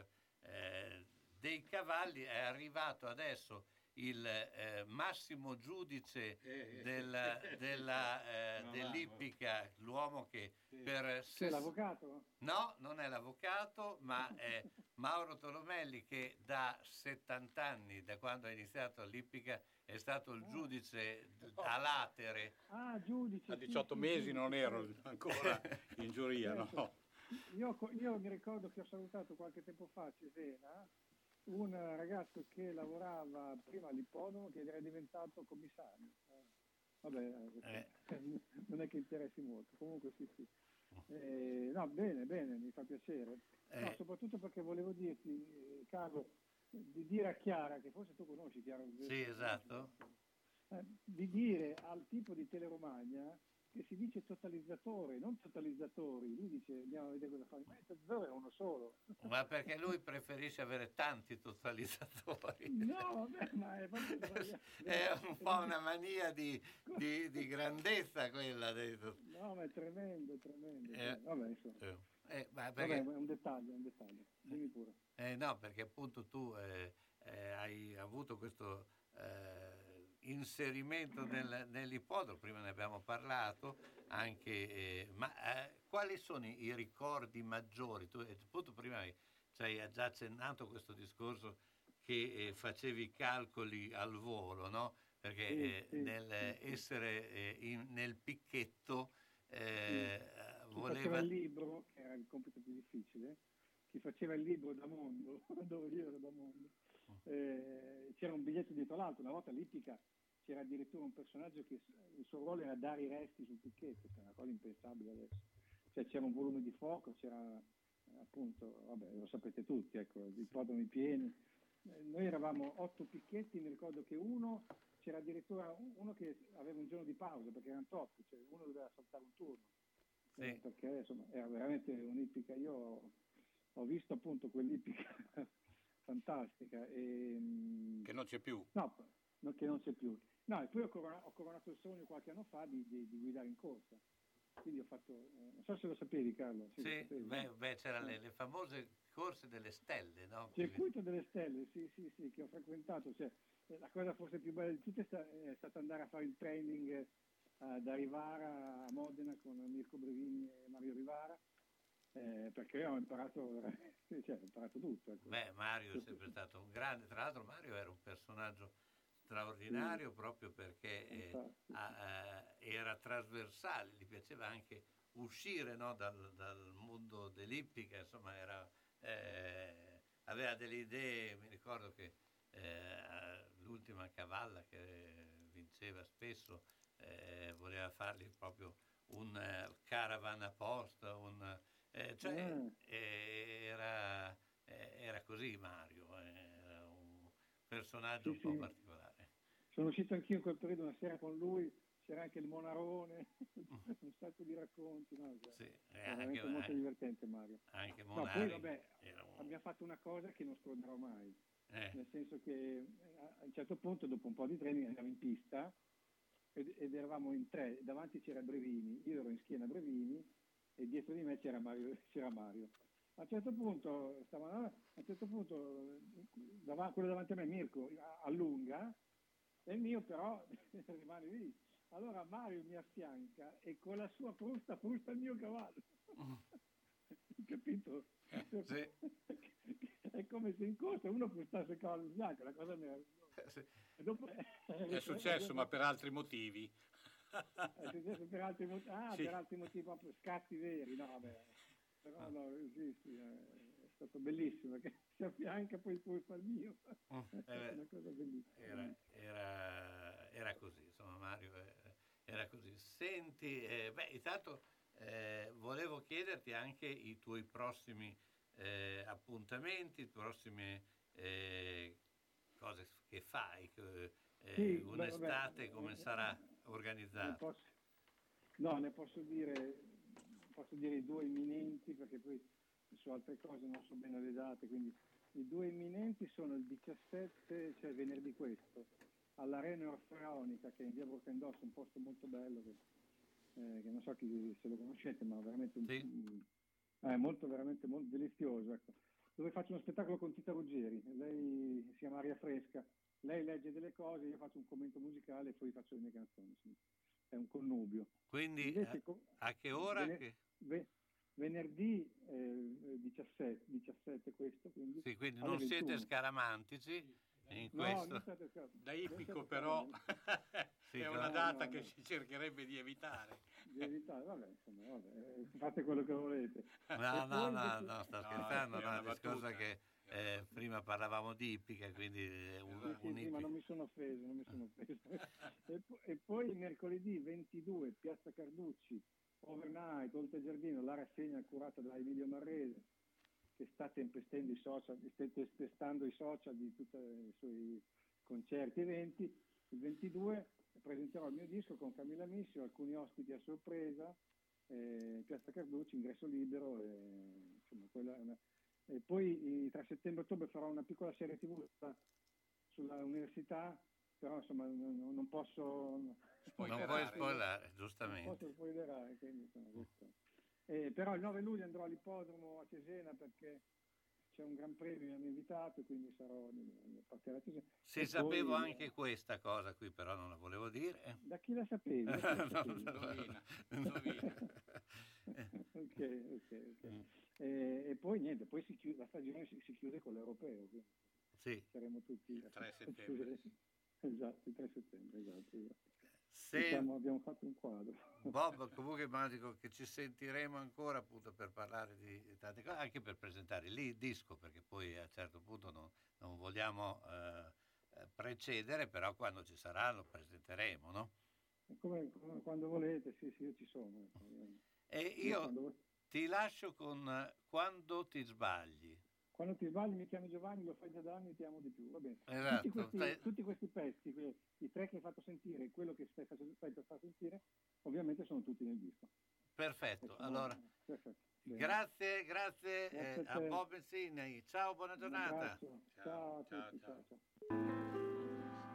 eh, dei cavalli è arrivato adesso il eh, massimo giudice della, della, eh, dell'ippica, l'uomo che per C'è ses- l'avvocato? No, non è l'avvocato, ma è Mauro Tolomelli che da settanta anni, da quando ha iniziato l'ippica, è stato il giudice a latere. Ah, giudice. A sì, diciotto sì, mesi sì, non sì, ero certo. ancora in giuria, Certo. no? Io, io mi ricordo che ho salutato qualche tempo fa a Cesena un ragazzo che lavorava prima all'ippodromo che era diventato commissario. Eh, vabbè, Eh. non è che interessi molto, comunque sì, sì. Eh, no, bene, bene, mi fa piacere. No, Eh. soprattutto perché volevo dirti, eh, Carlo, di dire a Chiara, che forse tu conosci Chiara. Sì, esatto. Eh, di dire al tipo di Teleromagna che si dice totalizzatore, non totalizzatori. Lui dice andiamo a vedere cosa fa. Ma il totalizzatore è uno solo. Ma perché lui preferisce avere tanti totalizzatori. No, vabbè, ma è proprio sbagliato. È un po' una mania di, di- di grandezza quella dei tot- No, ma è tremendo, tremendo. Eh. Vabbè, insomma. eh, eh, ma Vabbè, perché- è un dettaglio, è un dettaglio. Dimmi pure. Eh, no, perché appunto tu eh, eh, hai avuto questo eh, inserimento nel- nell'ippodromo, prima ne abbiamo parlato, anche, eh, ma eh, quali sono i, i ricordi maggiori? Tu eh, appunto prima hai, ci hai già accennato questo discorso che eh, facevi i calcoli al volo, no? Perché Sì, eh, sì, nel sì, sì. essere eh, in- nel picchetto eh, Chi voleva... faceva il libro, che era il compito più difficile, chi faceva il libro da mondo, dove io ero da mondo, eh, c'era un biglietto dietro l'altro. Una volta all'ippica c'era addirittura un personaggio che s- il suo ruolo era dare i resti sul picchetto, che è una cosa impensabile adesso. Cioè c'era un volume di fuoco, c'era eh, appunto, vabbè, lo sapete tutti, ecco, i podromi pieni. Eh, noi eravamo otto picchetti, mi ricordo che uno, c'era addirittura un- uno che aveva un giorno di pausa perché erano troppi, cioè uno doveva saltare un turno. Sì. Eh, perché insomma era veramente un'ippica. Io ho, ho visto appunto quell'ippica fantastica e mm, Che non c'è più. no, no, che non c'è più. No, e poi ho, corona- ho coronato il sogno qualche anno fa di, di- di guidare in corsa. Quindi ho fatto, eh, non so se lo sapevi Carlo. Sì, lo Sì, sapevi, beh, no? beh, c'erano le, le famose corse delle stelle, no? Circuito delle stelle, sì, sì, sì, che ho frequentato. Cioè, eh, la cosa forse più bella di tutte è, sta- è stata andare a fare il training eh, da Rivara a Modena con Mirko Brevini e Mario Rivara, eh, perché ho imparato, veramente- cioè, ho imparato tutto. Ecco. Beh, Mario è sempre stato un grande, tra l'altro Mario era un personaggio straordinario proprio perché eh, Fantastico. a- eh, era trasversale, gli piaceva anche uscire, no, dal, dal mondo dell'ippica, insomma era, eh, aveva delle idee, mi ricordo che eh, l'ultima cavalla che vinceva spesso eh, voleva fargli proprio un eh, caravan apposta, un, eh, cioè Ah. eh, era, eh, era così Mario, era un personaggio Sì, un po' sì. particolare. Sono uscito anch'io in quel periodo una sera con lui, c'era anche il Monarone, un sacco di racconti, no? Cioè, Sì, eh, era anche, veramente molto anche, divertente Mario. anche No, poi Monari vabbè, era un- abbiamo fatto una cosa che non scorderò mai. Eh. nel senso che eh, a un certo punto, dopo un po' di training, eravamo in pista ed, ed eravamo in tre, davanti c'era Brevini, io ero in schiena Brevini e dietro di me c'era Mario. C'era Mario. A un certo punto, stavano, a un certo punto dav- quello davanti a me, Mirko, a- allunga e il mio però rimane lì. Allora Mario mi affianca e con la sua frusta frusta il mio cavallo. Capito? Sì. È come se in corsa uno frustasse il cavallo bianco, la cosa meravigliosa. Sì. E dopo- È successo, ma per altri motivi. È successo per altri motivi, ah, Sì. per altri motivi proprio scatti veri, no, vabbè. Però no, sì, sì, è stato bellissimo perché si affianca poi frusta il mio. È una cosa bellissima. Era, era, era così, insomma, Mario, eh, era così. Senti, eh, beh, intanto eh, volevo chiederti anche i tuoi prossimi eh, appuntamenti, prossime eh, cose che fai, eh, Sì, beh, un'estate vabbè, come eh, sarà Ne organizzata? posso, no, ne posso dire, posso dire i due imminenti perché poi su altre cose non so bene le date, quindi i due imminenti sono il diciassette, cioè venerdì questo, all'Arena Orfeonica che è in via Brockendosso, un posto molto bello che, eh, che non so chi se lo conoscete, ma veramente un, Sì. un- è molto, veramente molto delizioso, ecco. Dove faccio uno spettacolo con Tita Ruggeri, lei si chiama Aria Fresca, lei legge delle cose, io faccio un commento musicale e poi faccio le mie canzoni, insomma. È un connubio. Quindi Invece, eh, co- a che ora? vene- Che... ve- venerdì eh, diciassette, diciassette questo, quindi Sì, quindi alle non siete ventuno. scaramantici in No, questo? non state scherzi. Da Non ippico state però scherzi. Sì, è no, una no, data no, che no. si cercherebbe di evitare. Di evitare, vabbè, insomma, vabbè, eh, fate quello che volete. No, E no, poi no, invece- no, sto No, scherzando, è no, una il discorso battuta. è che eh, prima parlavamo di ippica, quindi eh, un, Sì, sì, un sì, ma non ippica. mi sono offeso, non mi sono offeso. e, po- e poi mercoledì ventidue, Piazza Carducci, overnight, oltre il giardino, la rassegna curata da Emilio Marrese, che sta tempestando i social, sta testando i social di tutti i suoi concerti e eventi. Il ventidue presenterò il mio disco con Camilla Missio, alcuni ospiti a sorpresa, eh, Piazza Carducci, ingresso libero, e, insomma, quella è una... E poi eh, tra settembre e ottobre farò una piccola serie tivù sulla, sulla università, però insomma non, non posso... Non Spoilerare. puoi spoilerare, Non giustamente. posso spoilerare, quindi insomma, questo. Eh, però il nove luglio andrò all'ippodromo a Cesena perché c'è un gran premio, mi hanno invitato, quindi sarò partirò a Cesena. Sì, E sapevo poi, anche questa cosa qui, però non la volevo dire. da chi la sapevi? Da chi la No, sapevi? no, no. Indovina, indovina. ok, ok, ok. Mm. E, e poi niente, poi si chiude, la stagione si, si chiude con l'europeo, quindi Sì. saremo tutti Il tre a settembre. chiudere. Esatto, il tre settembre, esatto. esatto. Se, Diciamo, abbiamo fatto un quadro. Bob, comunque immagino che ci sentiremo ancora appunto per parlare di, di tante cose, anche per presentare lì il disco, perché poi a un certo punto non, non vogliamo eh, eh, precedere, però quando ci sarà lo presenteremo, no? Come, come quando volete, sì, sì, io ci sono. ecco. E Io io quando, vo- ti lascio con eh, Quando ti sbagli. quando ti sbagli mi chiami Giovanni, lo fai già da anni, ti amo di più. Va bene. Esatto, Tutti, questi, stai- tutti questi pezzi, que- i tre che hai fatto sentire e quello che stai, facendo- stai per far sentire, ovviamente sono tutti nel disco. Perfetto, E sono- allora perfetto. Bene. grazie, grazie, Grazie eh, a a te. Bob Insigne. Ciao, buona Un giornata. abbraccio. Ciao, Ciao a ciao, tutti, ciao. ciao, ciao.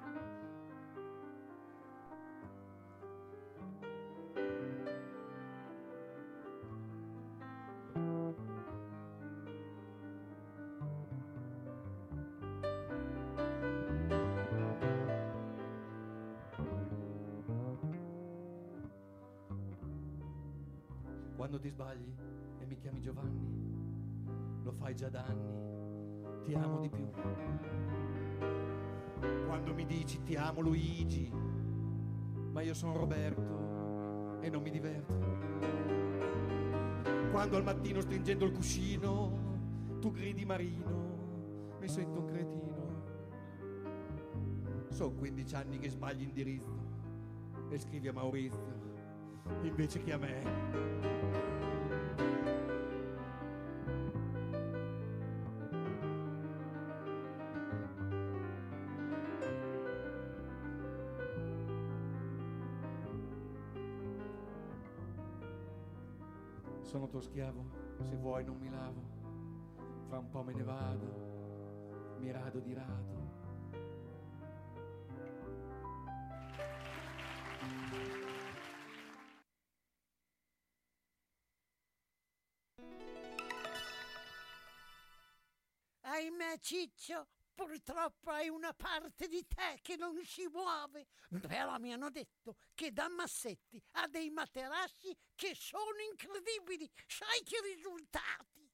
Quando ti sbagli e mi chiami Giovanni, lo fai già da anni, ti amo di più. Quando mi dici ti amo Luigi, ma io sono Roberto e non mi diverto. Quando al mattino stringendo il cuscino, tu gridi Marino, mi sento un cretino. Sono quindici anni che sbagli indirizzo e scrivi a Maurizio invece che a me. Sono tuo schiavo, se vuoi non mi lavo, fra un po' me ne vado, mi rado di rado. Ahimè, Ciccio, purtroppo hai una parte di te che non si muove. Però mi hanno detto che da Massetti ha dei materassi che sono incredibili. Sai che risultati?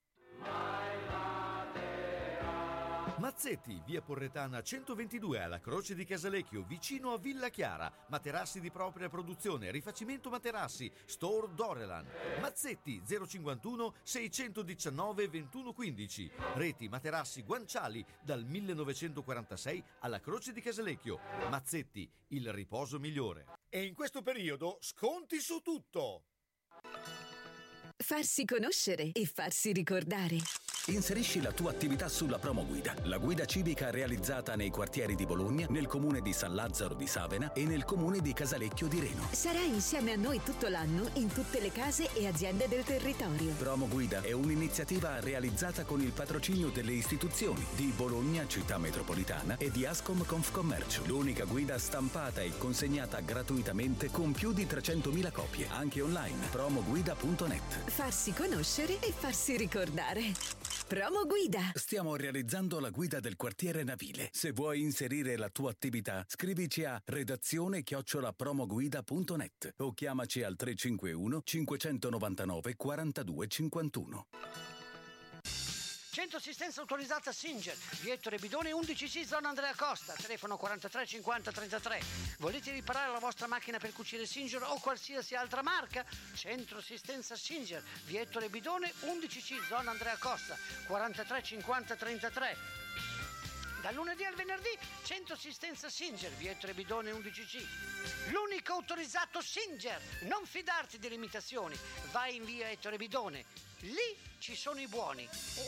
Mazzetti, via Porretana centoventidue alla Croce di Casalecchio, vicino a Villa Chiara. Materassi di propria produzione, rifacimento materassi, Store Dorelan. Mazzetti zero cinquantuno seicentodiciannove ventuno quindici. Reti materassi guanciali dal millenovecentoquarantasei alla Croce di Casalecchio. Mazzetti, il riposo migliore. E in questo periodo sconti su tutto. Farsi conoscere e farsi ricordare. Inserisci la tua attività sulla promo guida, la guida civica realizzata nei quartieri di Bologna, nel comune di San Lazzaro di Savena e nel comune di Casalecchio di Reno. Sarai insieme a noi tutto l'anno in tutte le case e aziende del territorio. Promo Guida è un'iniziativa realizzata con il patrocinio delle istituzioni di Bologna Città Metropolitana e di Ascom Confcommercio. L'unica guida stampata e consegnata gratuitamente con più di trecentomila copie, anche online. promoguida punto net. Farsi conoscere e farsi ricordare. Promo Guida. Stiamo realizzando la guida del quartiere Navile. Se vuoi inserire la tua attività, scrivici a redazione chiocciola promoguida punto net o chiamaci al tre cinque uno cinquecentonovantanove quarantadue cinquantuno. Centro assistenza autorizzata Singer, via Ettore Bidone undici C, zona Andrea Costa, telefono quarantatré cinquanta trentatré. Volete riparare la vostra macchina per cucire Singer o qualsiasi altra marca? Centro assistenza Singer, via Ettore Bidone undici C, zona Andrea Costa, quarantatré cinquanta trentatré. Dal lunedì al venerdì, Centro assistenza Singer, via Ettore Bidone undici C. L'unico autorizzato Singer. Non fidarti delle imitazioni. Vai in via Ettore Bidone. Lì ci sono i buoni.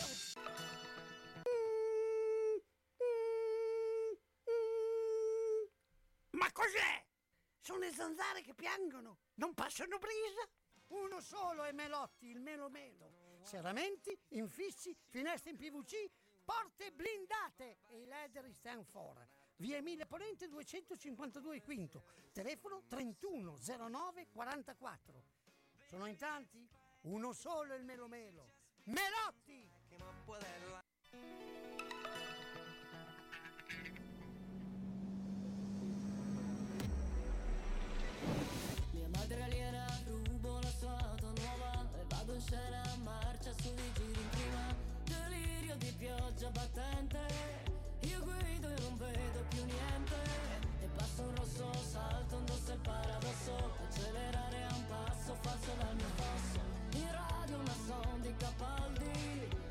Ma cos'è? Sono le zanzare che piangono. Non passano brisa? Uno solo è Melotti, il Melo Melo. Serramenti, infissi, finestre in P V C, porte blindate e i leder stand for. Via Emile Ponente duecentocinquantadue Quinto, telefono trentuno zero nove quarantaquattro. Sono in tanti? Uno solo è il Melo Melo. Melotti! Mia madre aliena, rubo la sua auto nuova e vado in scena a marcia su di giri in prima. Delirio di pioggia battente, io guido e non vedo più niente. E passo un rosso, salto, indosso il paradosso, accelerare a un passo falso dal mio passo. In radio una sound di Capaldi,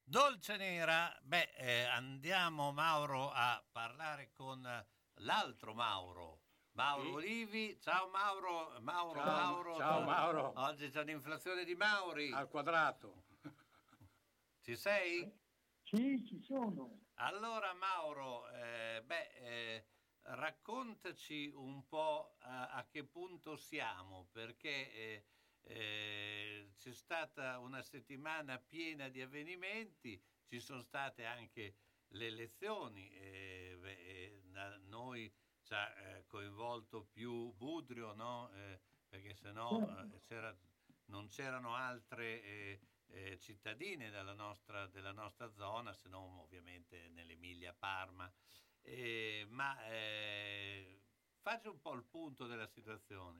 Dolce Nera, beh, eh, andiamo Mauro a parlare con l'altro Mauro, Mauro Sì. Olivi. Ciao Mauro, Mauro, Ciao, Mauro. ciao, Mauro. Oggi c'è un'inflazione di Mauri. Al quadrato. Ci sei? Sì, ci sono. Allora Mauro, eh, beh, eh, raccontaci un po' a, a che punto siamo, perché eh, eh, c'è stata una settimana piena di avvenimenti, ci sono state anche le elezioni, eh, beh, eh, da noi ci ha eh, coinvolto più Budrio, no? Eh, perché sennò eh, c'era, non c'erano altre eh, eh, cittadine della nostra, della nostra zona, se non ovviamente nell'Emilia Parma. Eh, ma eh, faccia un po' il punto della situazione.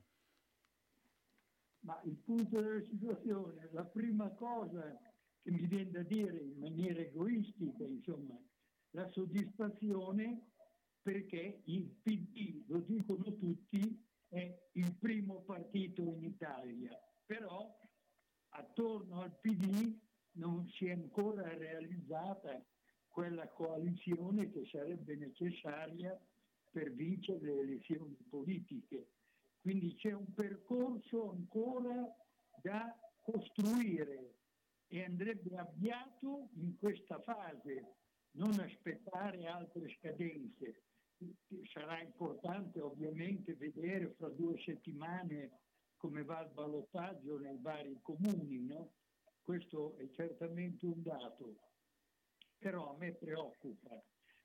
Ma il punto della situazione, la prima cosa che mi viene da dire in maniera egoistica, insomma, la soddisfazione perché il P D, lo dicono tutti, è il primo partito in Italia, però attorno al P D non si è ancora realizzata quella coalizione che sarebbe necessaria per vincere le elezioni politiche. Quindi c'è un percorso ancora da costruire e andrebbe avviato in questa fase, non aspettare altre scadenze. Sarà importante ovviamente vedere fra due settimane come va il ballottaggio nei vari comuni, no? Questo è certamente un dato. Però a me preoccupa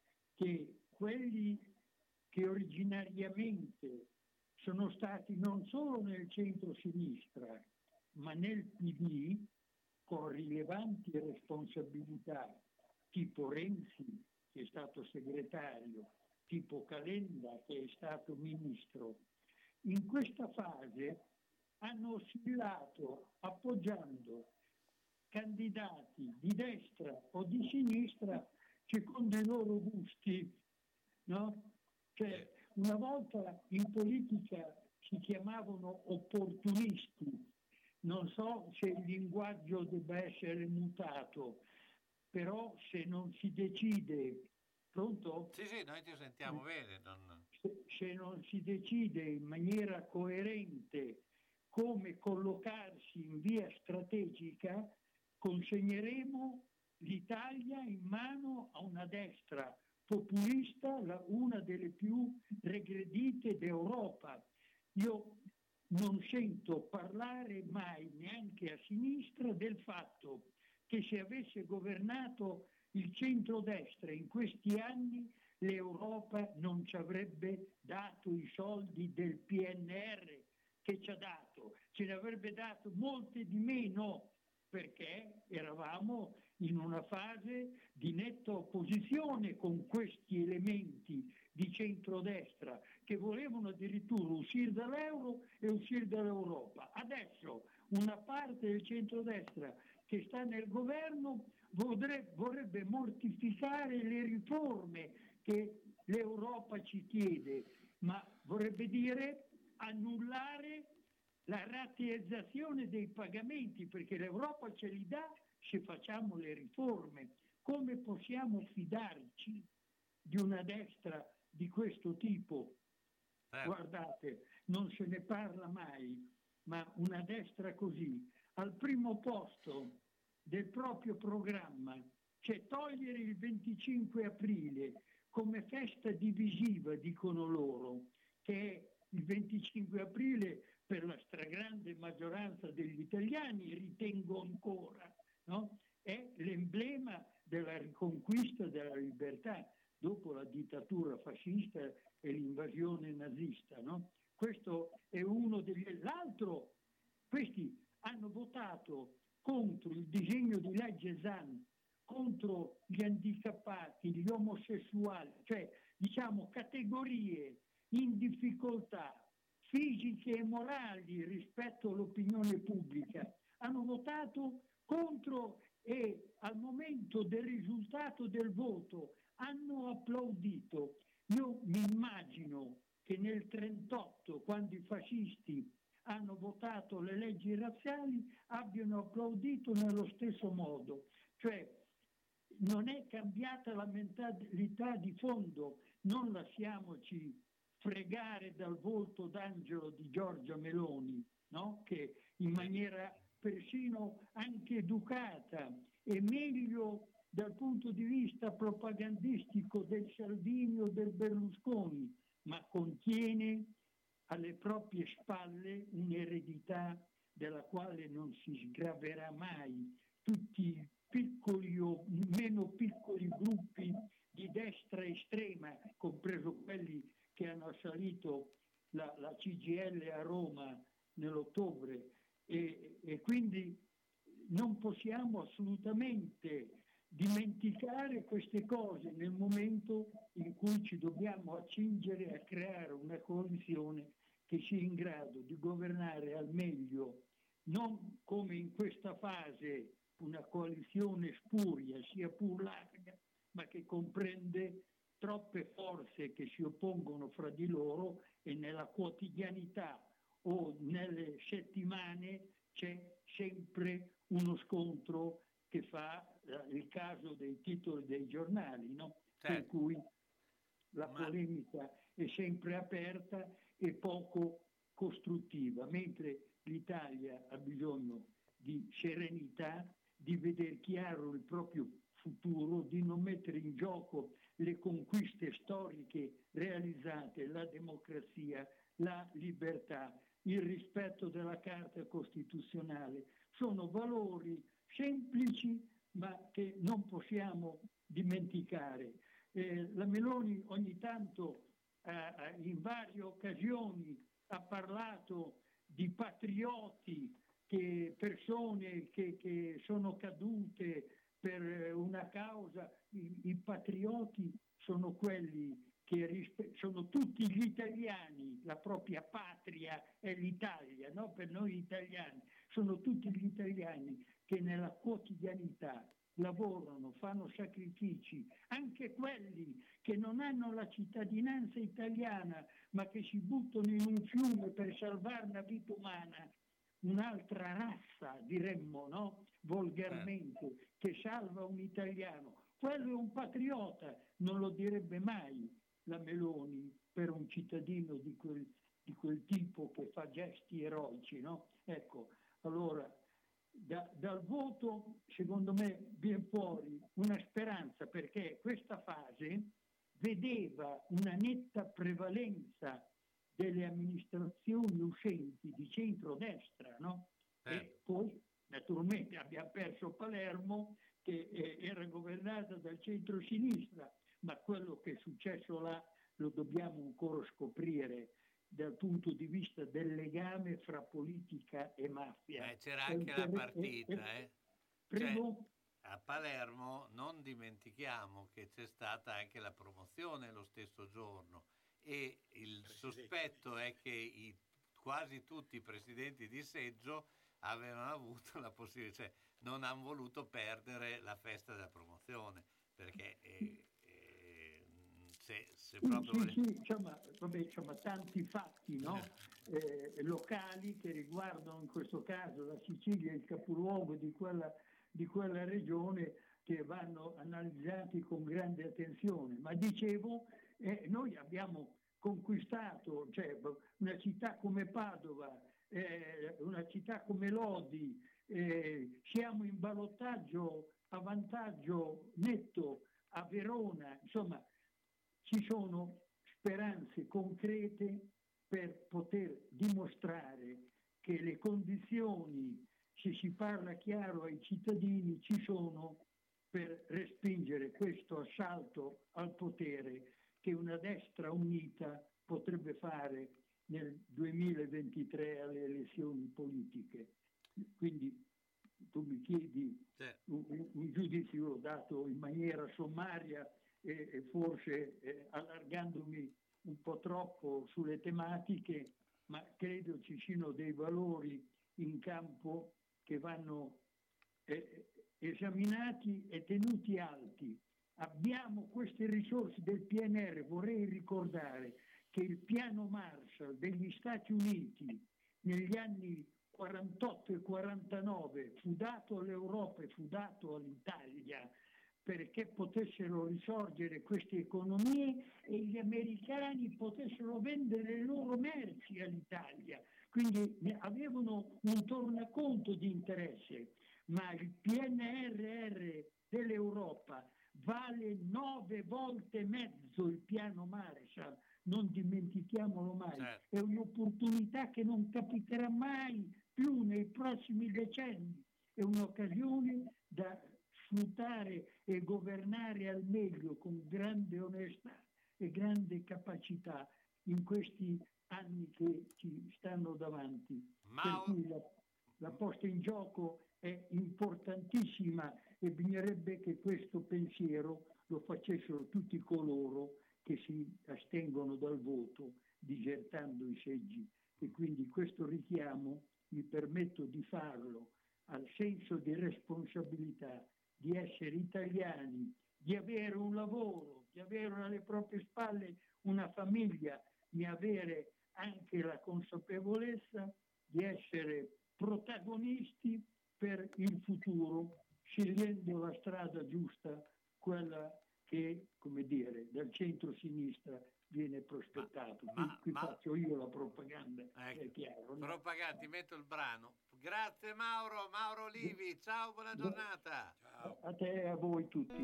che quelli che originariamente sono stati non solo nel centro-sinistra, ma nel P D, con rilevanti responsabilità, tipo Renzi, che è stato segretario, tipo Calenda, che è stato ministro, in questa fase hanno oscillato appoggiando candidati di destra o di sinistra secondo i loro gusti, no? Cioè, una volta in politica si chiamavano opportunisti, non so se il linguaggio debba essere mutato, però se non si decide, pronto? Sì, sì, noi ti sentiamo bene. Non... Se, se non si decide in maniera coerente come collocarsi in via strategica, consegneremo l'Italia in mano a una destra populista, la, una delle più regredite d'Europa. Io non sento parlare mai, neanche a sinistra, del fatto che se avesse governato il centrodestra in questi anni l'Europa non ci avrebbe dato i soldi del P N R che ci ha dato, ce ne avrebbe dato molte di meno, perché eravamo in una fase di netta opposizione con questi elementi di centrodestra che volevano addirittura uscire dall'euro e uscire dall'Europa. Adesso una parte del centrodestra che sta nel governo vorrebbe, vorrebbe mortificare le riforme che l'Europa ci chiede, ma vorrebbe dire annullare la rateizzazione dei pagamenti, perché l'Europa ce li dà se facciamo le riforme. Come possiamo fidarci di una destra di questo tipo? Eh. Guardate, non se ne parla mai, ma una destra così, al primo posto del proprio programma c'è togliere il venticinque aprile come festa divisiva, dicono loro, che è il venticinque aprile per la stragrande maggioranza degli italiani, ritengo ancora, no? È l'emblema della riconquista della libertà dopo la dittatura fascista e l'invasione nazista, no? Questo è uno degli... L'altro, questi hanno votato contro il disegno di legge Zan, contro gli handicappati, gli omosessuali, cioè diciamo categorie in difficoltà fisiche e morali rispetto all'opinione pubblica, hanno votato contro e al momento del risultato del voto hanno applaudito. Io mi immagino che nel trentotto, quando i fascisti hanno votato le leggi razziali, abbiano applaudito nello stesso modo, cioè non è cambiata la mentalità di fondo, non lasciamoci fregare dal volto d'angelo di Giorgia Meloni, no? Che in maniera persino anche educata e meglio dal punto di vista propagandistico del Salvini o del Berlusconi, ma contiene alle proprie spalle un'eredità della quale non si sgraverà mai. Tutti piccoli o meno piccoli gruppi di destra estrema, compreso quelli che hanno assalito la, la C G I L a Roma nell'ottobre, e, e quindi non possiamo assolutamente dimenticare queste cose nel momento in cui ci dobbiamo accingere a creare una coalizione che sia in grado di governare al meglio, non come in questa fase una coalizione spuria, sia pur larga, ma che comprende troppe forze che si oppongono fra di loro e nella quotidianità o nelle settimane c'è sempre uno scontro che fa eh, il caso dei titoli dei giornali, no? Certo. Per cui la Ma... polemica è sempre aperta e poco costruttiva, mentre l'Italia ha bisogno di serenità, di vedere chiaro il proprio futuro, di non mettere in gioco le conquiste storiche realizzate, la democrazia, la libertà, il rispetto della Carta Costituzionale. Sono valori semplici ma che non possiamo dimenticare. Eh, la Meloni ogni tanto eh, in varie occasioni ha parlato di patrioti, che persone che, che sono cadute per una causa. I, i patrioti sono quelli che rispe- sono tutti gli italiani, la propria patria è l'Italia, no? Per noi italiani sono tutti gli italiani che nella quotidianità lavorano, fanno sacrifici, anche quelli che non hanno la cittadinanza italiana ma che si buttano in un fiume per salvare una vita umana, un'altra razza diremmo, no? Volgarmente, che salva un italiano. Quello è un patriota, non lo direbbe mai la Meloni per un cittadino di quel, di quel tipo che fa gesti eroici, no? Ecco, allora da, dal voto secondo me viene fuori una speranza, perché questa fase vedeva una netta prevalenza delle amministrazioni uscenti di centrodestra, no? Eh. E poi naturalmente abbiamo perso Palermo che eh, era governata dal centro-sinistra, ma quello che è successo là lo dobbiamo ancora scoprire dal punto di vista del legame fra politica e mafia. Eh, c'era anche la partita, eh. Prego? Cioè, a Palermo non dimentichiamo che c'è stata anche la promozione lo stesso giorno, e il sospetto è che i, quasi tutti i presidenti di seggio avevano avuto la possibilità, cioè non hanno voluto perdere la festa della promozione, perché eh, eh, se, se proprio... Sì, sì, sì, insomma, vabbè, insomma, tanti fatti, no? eh, locali che riguardano in questo caso la Sicilia, il capoluogo di quella, di quella regione, che vanno analizzati con grande attenzione. Ma dicevo, eh, noi abbiamo conquistato, cioè, una città come Padova, eh, una città come Lodi, eh, siamo in ballottaggio a vantaggio netto a Verona, insomma ci sono speranze concrete per poter dimostrare che le condizioni, se si parla chiaro ai cittadini, ci sono per respingere questo assalto al potere che una destra unita potrebbe fare nel duemilaventitré alle elezioni politiche. Quindi tu mi chiedi un, un giudizio, l'ho dato in maniera sommaria e, e forse eh, allargandomi un po' troppo sulle tematiche, ma credo ci siano dei valori in campo che vanno eh, esaminati e tenuti alti. Abbiamo queste risorse del P N R, vorrei ricordare che il piano Marshall degli Stati Uniti negli anni quarantotto e quarantanove fu dato all'Europa e fu dato all'Italia perché potessero risorgere queste economie e gli americani potessero vendere le loro merci all'Italia. Quindi avevano un tornaconto di interesse, ma il P N R R dell'Europa vale nove volte e mezzo il piano Marshall, non dimentichiamolo mai. Certo. È un'opportunità che non capiterà mai più nei prossimi decenni, è un'occasione da sfruttare e governare al meglio con grande onestà e grande capacità in questi anni che ci stanno davanti. Ma... Per cui la, la posta in gioco è importantissima e bisognerebbe che questo pensiero lo facessero tutti coloro che si astengono dal voto disertando i seggi, e quindi questo richiamo mi permetto di farlo al senso di responsabilità, di essere italiani, di avere un lavoro, di avere alle proprie spalle una famiglia, di avere anche la consapevolezza di essere protagonisti per il futuro, scegliendo la strada giusta, quella che, come dire, dal centro-sinistra viene prospettato. Ma, qui, qui ma, faccio io la propaganda, ecco, è chiaro. No? Propaganda, ti metto il brano. Grazie Mauro, Mauro Olivi, ciao, buona giornata. Ciao. A te e a voi tutti.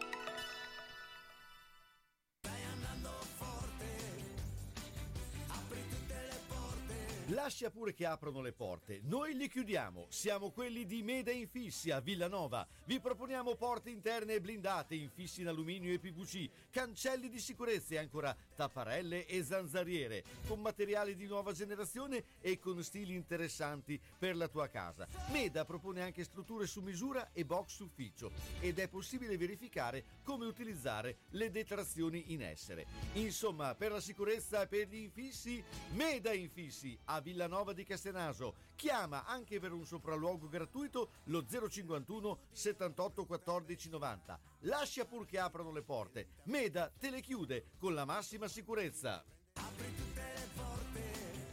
Lascia pure che aprono le porte, noi li chiudiamo. Siamo quelli di Meda Infissi a Villanova. Vi proponiamo porte interne e blindate, infissi in alluminio e P V C, cancelli di sicurezza e ancora tapparelle e zanzariere, con materiali di nuova generazione e con stili interessanti per la tua casa. Meda propone anche strutture su misura e box ufficio, ed è possibile verificare come utilizzare le detrazioni in essere. Insomma, per la sicurezza e per gli infissi, Meda Infissi a Villanova di Castenaso. Chiama anche per un sopralluogo gratuito lo zero cinquantuno settantotto quattordici novanta. Lascia pur che aprano le porte. Meda te le chiude con la massima sicurezza. Apri tutte le porte.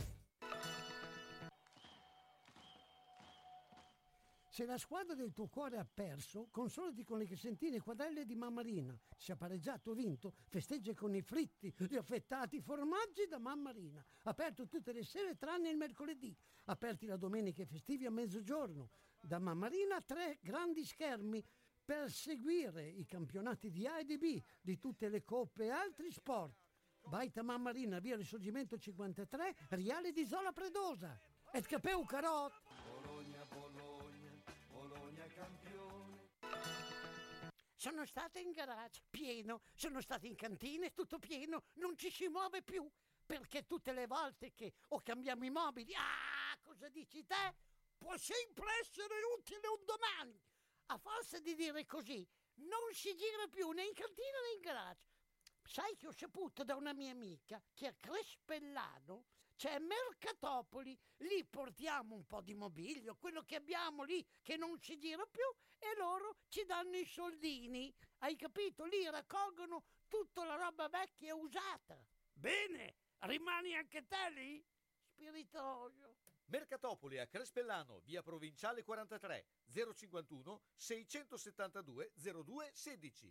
Se la squadra del tuo cuore ha perso, consolati con le crescentine quadrelle di Mammarina. Se ha pareggiato o vinto, festeggia con i fritti, gli affettati formaggi da Mammarina. Aperto tutte le sere tranne il mercoledì. Aperti la domenica e festivi a mezzogiorno. Da Mammarina tre grandi schermi per seguire i campionati di A e di B, di tutte le coppe e altri sport. Baita Mammarina, via Risorgimento cinquantatré, Riale di Zola Predosa. Et capeu carot! Bologna, Bologna, Bologna campione. Sono stata in garage, pieno. Sono stata in cantina, tutto pieno. Non ci si muove più. Perché tutte le volte che o cambiamo i mobili, ah, cosa dici te? Può sempre essere utile un domani. A forza di dire così, non si gira più né in cantina né in garage. Sai che ho saputo da una mia amica che a Crespellano c'è Mercatopoli, lì portiamo un po' di mobilio, quello che abbiamo lì che non si gira più, e loro ci danno i soldini. Hai capito? Lì raccolgono tutta la roba vecchia e usata. Bene, rimani anche te lì? Spiritoso. Mercatopoli a Crespellano, via Provinciale quarantatré, zero cinquantuno seicentosettantadue zero due sedici.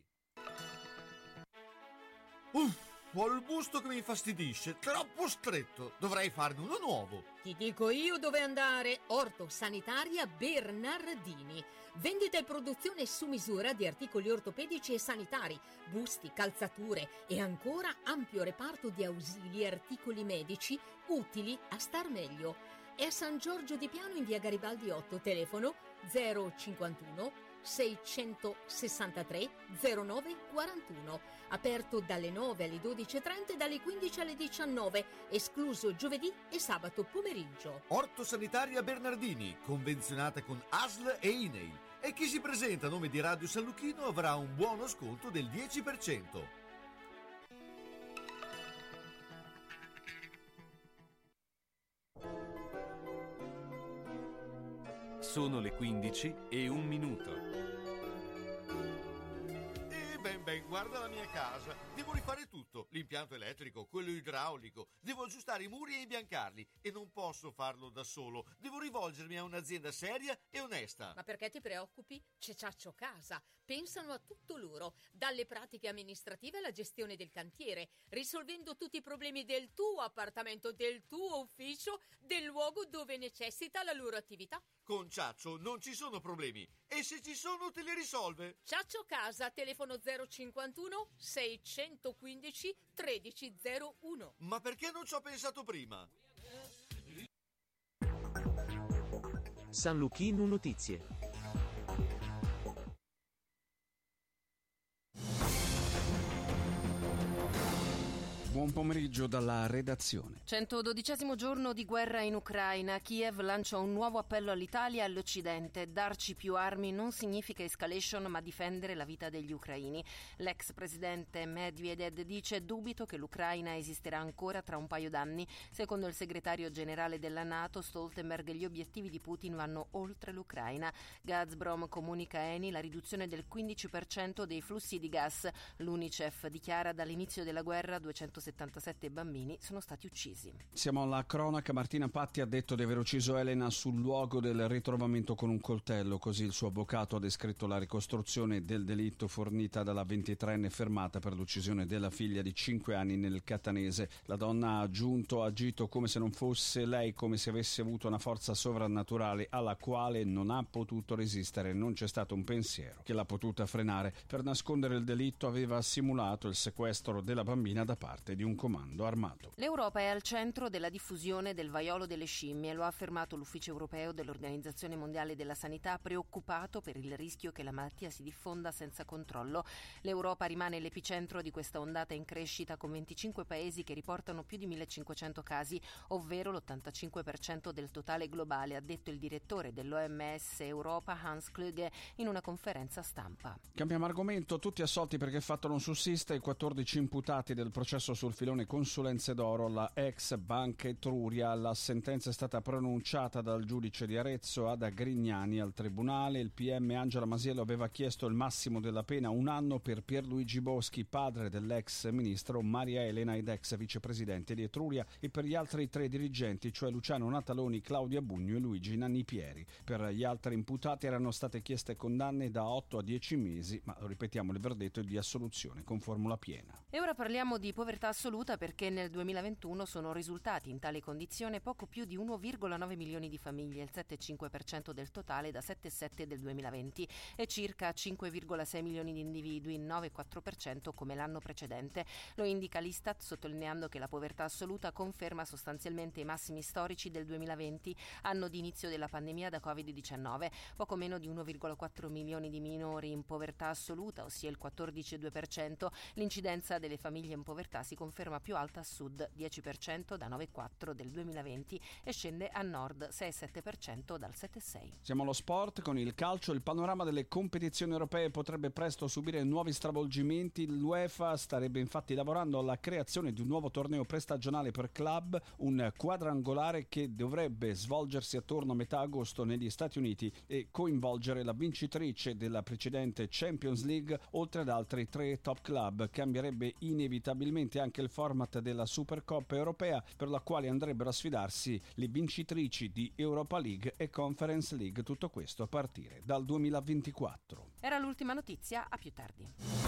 Uff, ho il busto che mi infastidisce, troppo stretto, dovrei farne uno nuovo. Ti dico io dove andare. Orto Sanitaria Bernardini. Vendita e produzione su misura di articoli ortopedici e sanitari, busti, calzature e ancora ampio reparto di ausili e articoli medici utili a star meglio. È a San Giorgio di Piano in via Garibaldi otto, telefono zero cinquantuno seicentosessantatré zero nove quarantuno. Aperto dalle nove alle dodici e trenta e dalle quindici alle diciannove, escluso giovedì e sabato pomeriggio. Orto Sanitaria Bernardini, convenzionata con A S L e I N E I L, e chi si presenta a nome di Radio San Lucchino avrà un buono sconto del dieci per cento. Sono le quindici e un minuto. E ben ben, guarda. guarda la mia casa. Devo rifare tutto, l'impianto elettrico, quello idraulico. Devo aggiustare i muri e imbiancarli e non posso farlo da solo. Devo rivolgermi a un'azienda seria e onesta. Ma perché ti preoccupi? C'è Ciaccio Casa. Pensano a tutto loro, dalle pratiche amministrative alla gestione del cantiere, risolvendo tutti i problemi del tuo appartamento, del tuo ufficio, del luogo dove necessita la loro attività. Con Ciaccio non ci sono problemi e se ci sono te li risolve. Ciaccio Casa, telefono zero cinquantuno seicentoquindici tredici zero uno. Ma perché non ci ho pensato prima? San Luchino Notizie. Buon pomeriggio dalla redazione. centododicesimo giorno di guerra in Ucraina. Kiev lancia un nuovo appello all'Italia e all'Occidente. Darci più armi non significa escalation, ma difendere la vita degli ucraini. L'ex presidente Medvedev dice: dubito che l'Ucraina esisterà ancora tra un paio d'anni. Secondo il segretario generale della NATO, Stoltenberg, gli obiettivi di Putin vanno oltre l'Ucraina. Gazprom comunica a Eni la riduzione del quindici per cento dei flussi di gas. L'UNICEF dichiara: dall'inizio della guerra duecentosettantasette bambini sono stati uccisi. Siamo alla cronaca. Martina Patti ha detto di aver ucciso Elena sul luogo del ritrovamento con un coltello, così il suo avvocato ha descritto la ricostruzione del delitto fornita dalla ventitreenne fermata per l'uccisione della figlia di cinque anni nel Catanese. La donna ha aggiunto: ha agito come se non fosse lei, come se avesse avuto una forza sovrannaturale alla quale non ha potuto resistere, non c'è stato un pensiero che l'ha potuta frenare. Per nascondere il delitto aveva simulato il sequestro della bambina da parte di un comando armato. L'Europa è al centro della diffusione del vaiolo delle scimmie, lo ha affermato l'Ufficio europeo dell'Organizzazione Mondiale della Sanità, preoccupato per il rischio che la malattia si diffonda senza controllo. L'Europa rimane l'epicentro di questa ondata in crescita, con venticinque paesi che riportano più di millecinquecento casi, ovvero l'ottantacinque per cento del totale globale, ha detto il direttore dell'O M S Europa Hans Kluge in una conferenza stampa. Cambiamo argomento. Tutti assolti perché il fatto non sussiste. I quattordici imputati del processo sul filone consulenze d'oro, la ex Banca Etruria. La sentenza è stata pronunciata dal giudice di Arezzo Ada Grignani al tribunale. Il P M Angela Masiello aveva chiesto il massimo della pena, un anno per Pierluigi Boschi, padre dell'ex ministro, Maria Elena ed ex vicepresidente di Etruria, e per gli altri tre dirigenti, cioè Luciano Nataloni, Claudia Bugno e Luigi Nannipieri. Per gli altri imputati erano state chieste condanne da otto a dieci mesi, ma lo ripetiamo, il verdetto è di assoluzione con formula piena. E ora parliamo di povertà assoluta, perché nel duemilaventuno sono risultati in tale condizione poco più di uno virgola nove milioni di famiglie, il sette virgola cinque per cento del totale da sette virgola sette del duemilaventi, e circa cinque virgola sei milioni di individui, il nove virgola quattro per cento come l'anno precedente. Lo indica l'Istat, sottolineando che la povertà assoluta conferma sostanzialmente i massimi storici del duemilaventi, anno di inizio della pandemia da covid diciannove. Poco meno di uno virgola quattro milioni di minori in povertà assoluta, ossia il quattordici virgola due per cento. L'incidenza delle famiglie in povertà si conferma più alta a sud, dieci per cento da nove virgola quattro del duemilaventi, e scende a nord, sei virgola sette per cento dal sette virgola sei. Siamo allo sport con il calcio. Il panorama delle competizioni europee potrebbe presto subire nuovi stravolgimenti. L'UEFA starebbe infatti lavorando alla creazione di un nuovo torneo prestagionale per club, un quadrangolare che dovrebbe svolgersi attorno a metà agosto negli Stati Uniti e coinvolgere la vincitrice della precedente Champions League, oltre ad altri tre top club. Cambierebbe inevitabilmente anche il format della Supercoppa europea, per la quale andrebbero a sfidarsi le vincitrici di Europa League e Conference League, tutto questo a partire dal duemilaventiquattro. Era l'ultima notizia, a più tardi.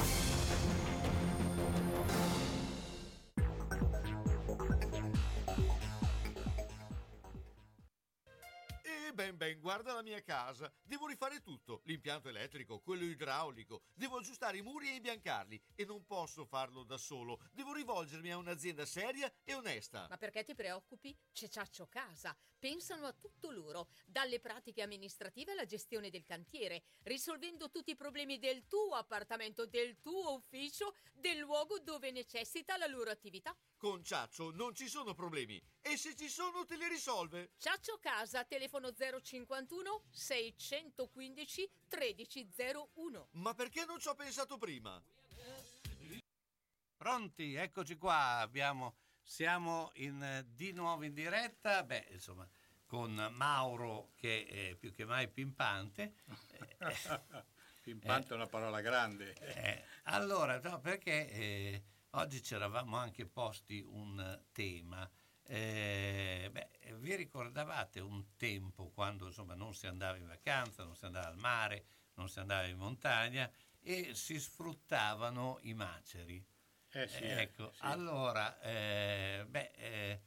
Ben ben, guarda la mia casa. Devo rifare tutto, l'impianto elettrico, quello idraulico. Devo aggiustare i muri e imbiancarli e non posso farlo da solo. Devo rivolgermi a un'azienda seria e onesta. Ma perché ti preoccupi? C'è Ciaccio Casa. Pensano a tutto loro, dalle pratiche amministrative alla gestione del cantiere, risolvendo tutti i problemi del tuo appartamento, del tuo ufficio, del luogo dove necessita la loro attività. Con Ciaccio non ci sono problemi e se ci sono te li risolve. Ciaccio Casa, telefono zero cinquantuno seicentoquindici tredici zero uno. Ma perché non ci ho pensato prima? Pronti, eccoci qua, abbiamo, siamo in, di nuovo in diretta, beh insomma con Mauro che è più che mai pimpante. Pimpante è una parola grande. Eh, allora, no, perché eh, oggi ci eravamo anche posti un tema. Eh, beh, vi ricordavate un tempo quando insomma non si andava in vacanza, non si andava al mare, non si andava in montagna e si sfruttavano i maceri? Eh sì, Eh, ecco, sì. allora, eh, beh, eh,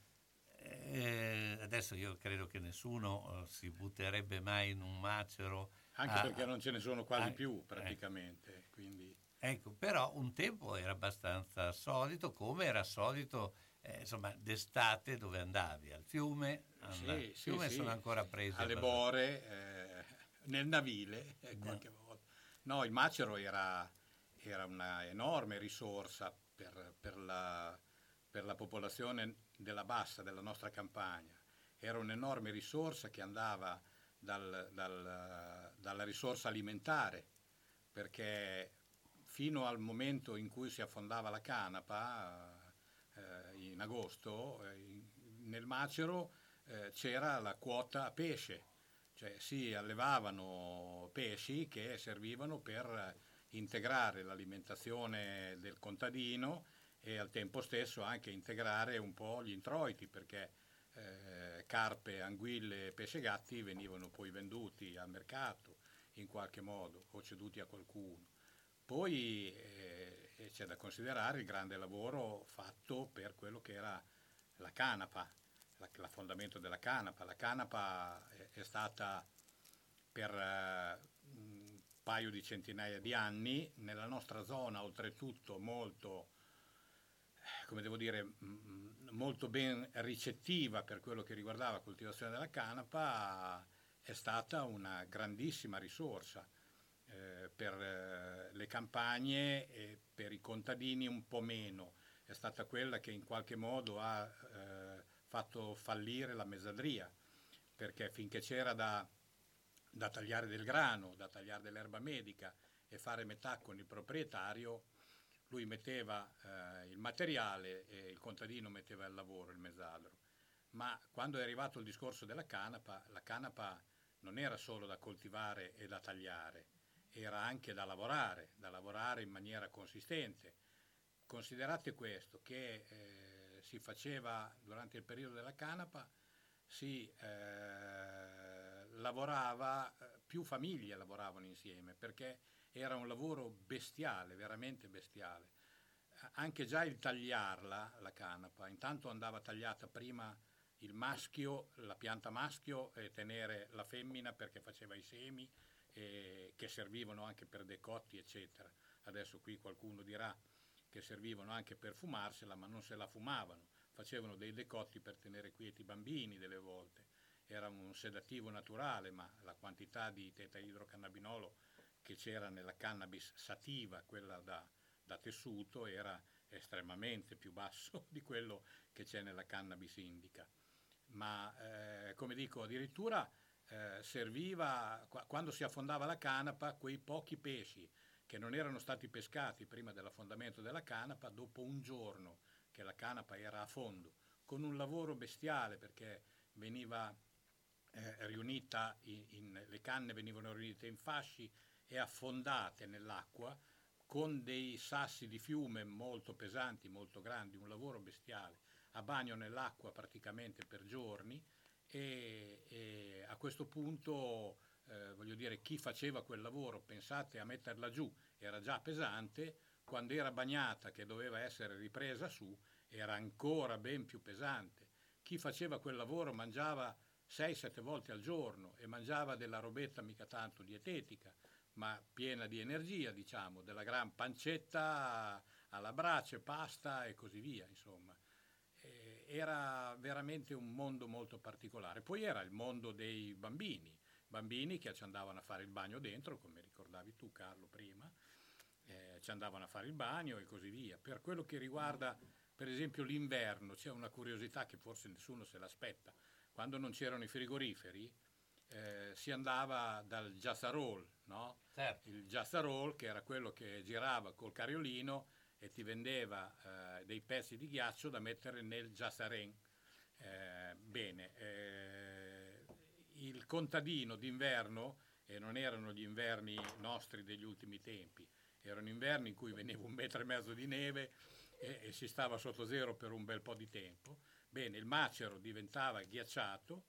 eh, adesso io credo che nessuno eh, si butterebbe mai in un macero. Anche a- perché non ce ne sono quasi a- più eh. praticamente, quindi... Ecco, però un tempo era abbastanza solito, come era solito, eh, insomma, d'estate dove andavi al fiume, al Sì, sì, fiume sì, sono ancora sì. presi alle abbastanza. bore, eh, nel navile, eh, qualche volta. No, il macero era, era una enorme risorsa per, per la, per la popolazione della bassa, della nostra campagna. Era un'enorme risorsa che andava dal- dal- dalla risorsa alimentare, perché fino al momento in cui si affondava la canapa, eh, in agosto, eh, in- nel macero eh, c'era la quota pesce, cioè si allevavano pesci che servivano per integrare l'alimentazione del contadino e al tempo stesso anche integrare un po' gli introiti, perché eh, carpe, anguille e pesce gatti venivano poi venduti al mercato in qualche modo o ceduti a qualcuno. Poi eh, c'è da considerare il grande lavoro fatto per quello che era la canapa, la- l'affondamento della canapa. La canapa è, è stata per eh, un paio di centinaia di anni nella nostra zona, oltretutto molto, eh, come devo dire, mm, molto ben ricettiva per quello che riguardava la coltivazione della canapa, è stata una grandissima risorsa eh, per eh, le campagne e per i contadini un po' meno. È stata quella che in qualche modo ha eh, fatto fallire la mesadria, perché finché c'era da, da tagliare del grano, da tagliare dell'erba medica e fare metà con il proprietario, lui metteva eh, il materiale e il contadino metteva il lavoro, il mesadro. Ma quando è arrivato il discorso della canapa, la canapa non era solo da coltivare e da tagliare, era anche da lavorare, da lavorare in maniera consistente. Considerate questo, che eh, si faceva durante il periodo della canapa, si eh, lavorava, eh, più famiglie lavoravano insieme, perché era un lavoro bestiale, veramente bestiale. Eh, Anche già il tagliarla, la canapa, intanto andava tagliata prima il maschio, la pianta maschio, e tenere la femmina perché faceva i semi, eh, che servivano anche per decotti, eccetera. Adesso qui qualcuno dirà che servivano anche per fumarsela, ma non se la fumavano, facevano dei decotti per tenere quieti i bambini delle volte. Era un sedativo naturale, ma la quantità di tetraidrocannabinolo che c'era nella cannabis sativa, quella da, da tessuto, era estremamente più basso di quello che c'è nella cannabis indica. Ma eh, come dico, addirittura eh, serviva, qua- quando si affondava la canapa, quei pochi pesci che non erano stati pescati prima dell'affondamento della canapa, dopo un giorno che la canapa era a fondo, con un lavoro bestiale, perché veniva eh, riunita in, in- le canne venivano riunite in fasci e affondate nell'acqua con dei sassi di fiume molto pesanti, molto grandi, un lavoro bestiale, a bagno nell'acqua praticamente per giorni. E, e a questo punto eh, voglio dire, chi faceva quel lavoro, pensate a metterla giù, era già pesante, quando era bagnata che doveva essere ripresa su era ancora ben più pesante. Chi faceva quel lavoro mangiava sei sette volte al giorno e mangiava della robetta mica tanto dietetica, ma piena di energia, diciamo, della gran pancetta alla brace, pasta e così via, insomma. Eh, era veramente un mondo molto particolare. Poi era il mondo dei bambini, bambini che ci andavano a fare il bagno dentro, come ricordavi tu Carlo prima, eh, ci andavano a fare il bagno e così via. Per quello che riguarda per esempio l'inverno, c'è una curiosità che forse nessuno se l'aspetta. Quando non c'erano i frigoriferi eh, si andava dal giassarol, no? Certo. Il giassarol, che era quello che girava col cariolino e ti vendeva eh, dei pezzi di ghiaccio da mettere nel giassaren. Eh, bene, eh, il contadino d'inverno e non erano gli inverni nostri degli ultimi tempi, erano inverni in cui veniva un metro e mezzo di neve e, e si stava sotto zero per un bel po' di tempo. Bene, il macero diventava ghiacciato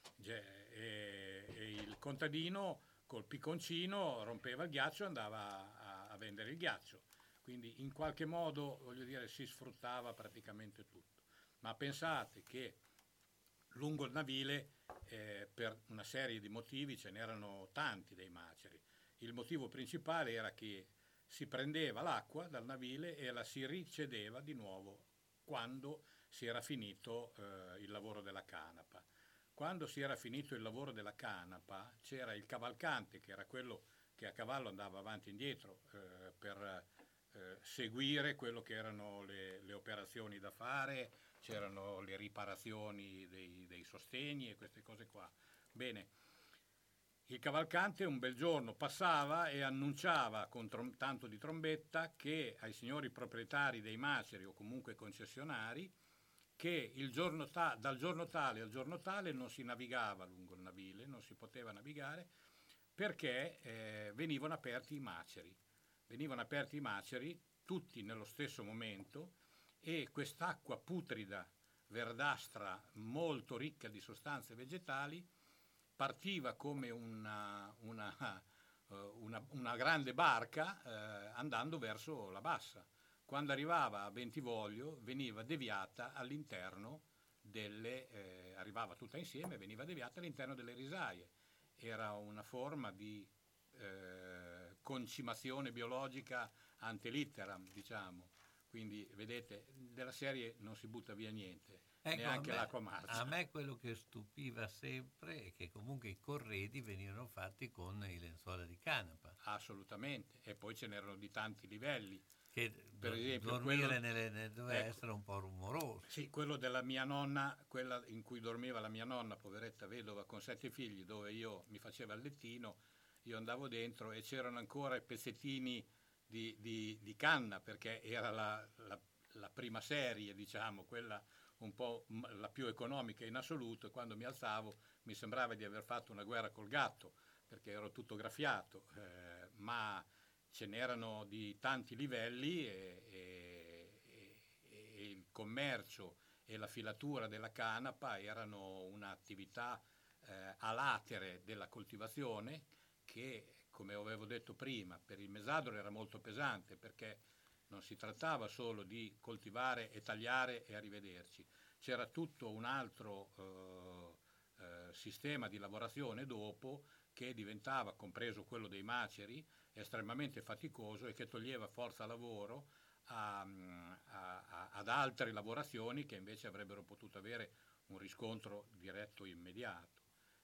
e, e il contadino col picconcino rompeva il ghiaccio e andava a, a vendere il ghiaccio. Quindi in qualche modo, voglio dire, si sfruttava praticamente tutto. Ma pensate che lungo il Navile, eh, per una serie di motivi, ce n'erano tanti dei maceri. Il motivo principale era che si prendeva l'acqua dal Navile e la si ricedeva di nuovo quando si era finito eh, il lavoro della canapa. Quando si era finito il lavoro della canapa c'era il cavalcante, che era quello che a cavallo andava avanti e indietro eh, per eh, seguire quello che erano le, le operazioni da fare, c'erano le riparazioni dei, dei sostegni e queste cose qua. Bene, il cavalcante un bel giorno passava e annunciava con trom- tanto di trombetta che ai signori proprietari dei maceri o comunque concessionari che il giorno ta- dal giorno tale al giorno tale non si navigava lungo il Navile, non si poteva navigare perché eh, venivano aperti i maceri. Venivano aperti i maceri tutti nello stesso momento e quest'acqua putrida, verdastra, molto ricca di sostanze vegetali, partiva come una, una, una, una grande barca eh, andando verso la bassa. Quando arrivava a Bentivoglio veniva deviata all'interno delle, eh, arrivava tutta insieme, veniva deviata all'interno delle risaie. Era una forma di eh, concimazione biologica ante litteram, diciamo. Quindi, vedete, della serie non si butta via niente, ecco, neanche a me, l'acqua marcia. A me quello che stupiva sempre è che comunque i corredi venivano fatti con i lenzuola di canapa. Assolutamente, e poi ce n'erano di tanti livelli. Che per do- esempio, dormire quello, nelle, nelle, doveva ecco, essere un po' rumoroso. Sì, quello della mia nonna, quella in cui dormiva la mia nonna, poveretta vedova con sette figli, dove io mi facevo il lettino, io andavo dentro e c'erano ancora i pezzettini di, di, di canna, perché era la, la, la prima serie, diciamo, quella un po' la più economica in assoluto, e quando mi alzavo mi sembrava di aver fatto una guerra col gatto, perché ero tutto graffiato, eh, ma ce n'erano di tanti livelli e, e, e, e il commercio e la filatura della canapa erano un'attività eh, a latere della coltivazione che, come avevo detto prima, per il mesadro era molto pesante, perché non si trattava solo di coltivare e tagliare e arrivederci, c'era tutto un altro eh, eh, sistema di lavorazione dopo che diventava, compreso quello dei maceri, estremamente faticoso e che toglieva forza lavoro a, a, a, ad altre lavorazioni che invece avrebbero potuto avere un riscontro diretto immediato.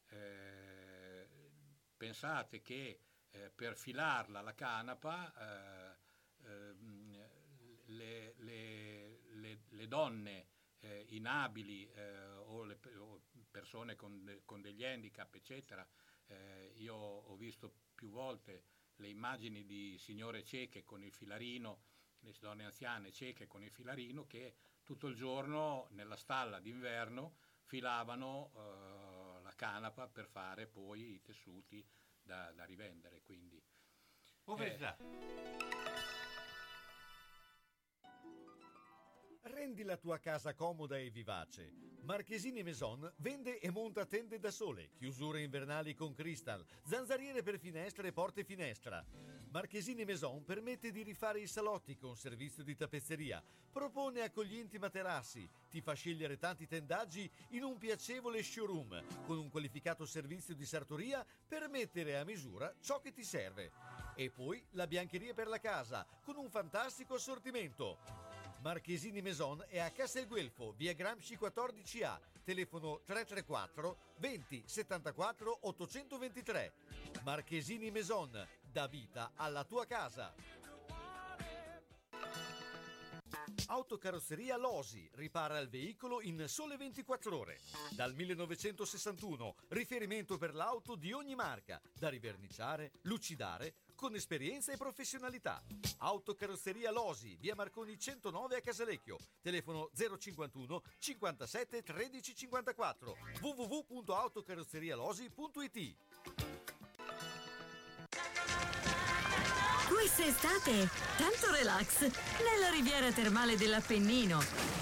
Eh, pensate che eh, per filarla la canapa eh, eh, le, le, le, le donne eh, inabili eh, o, le, o persone con, de, con degli handicap eccetera, eh, io ho visto più volte le immagini di signore cieche con il filarino, le donne anziane cieche con il filarino che tutto il giorno nella stalla d'inverno filavano eh, la canapa per fare poi i tessuti da, da rivendere. Quindi, povertà. Eh, Rendi la tua casa comoda e vivace. Marchesini Maison vende e monta tende da sole, chiusure invernali con cristal, zanzariere per finestre e porte finestra. Marchesini Maison permette di rifare i salotti con servizio di tappezzeria, propone accoglienti materassi, ti fa scegliere tanti tendaggi in un piacevole showroom, con un qualificato servizio di sartoria per mettere a misura ciò che ti serve. E poi la biancheria per la casa, con un fantastico assortimento. Marchesini Maison è a Castelguelfo, via Gramsci quattordici A, telefono tre tre quattro venti settantaquattro ottocentoventitré. Marchesini Maison, dà vita alla tua casa. Autocarrozzeria Losi ripara il veicolo in sole ventiquattro ore. Dal millenovecentosessantuno, riferimento per l'auto di ogni marca, da riverniciare, lucidare, con esperienza e professionalità. Autocarrozzeria Losi, via Marconi centonove a Casalecchio, telefono zero cinquantuno cinquantasette tredici cinquantaquattro, w w w punto autocarrozzerialosi punto it. Quest'estate, tanto relax nella riviera termale dell'Appennino.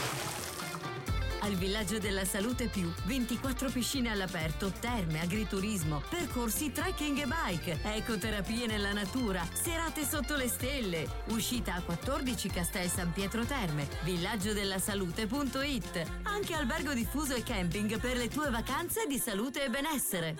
Al Villaggio della Salute Più, ventiquattro piscine all'aperto, terme, agriturismo, percorsi trekking e bike, ecoterapie nella natura, serate sotto le stelle, uscita a quattordici Castel San Pietro Terme, villaggio della salute punto it, anche albergo diffuso e camping per le tue vacanze di salute e benessere.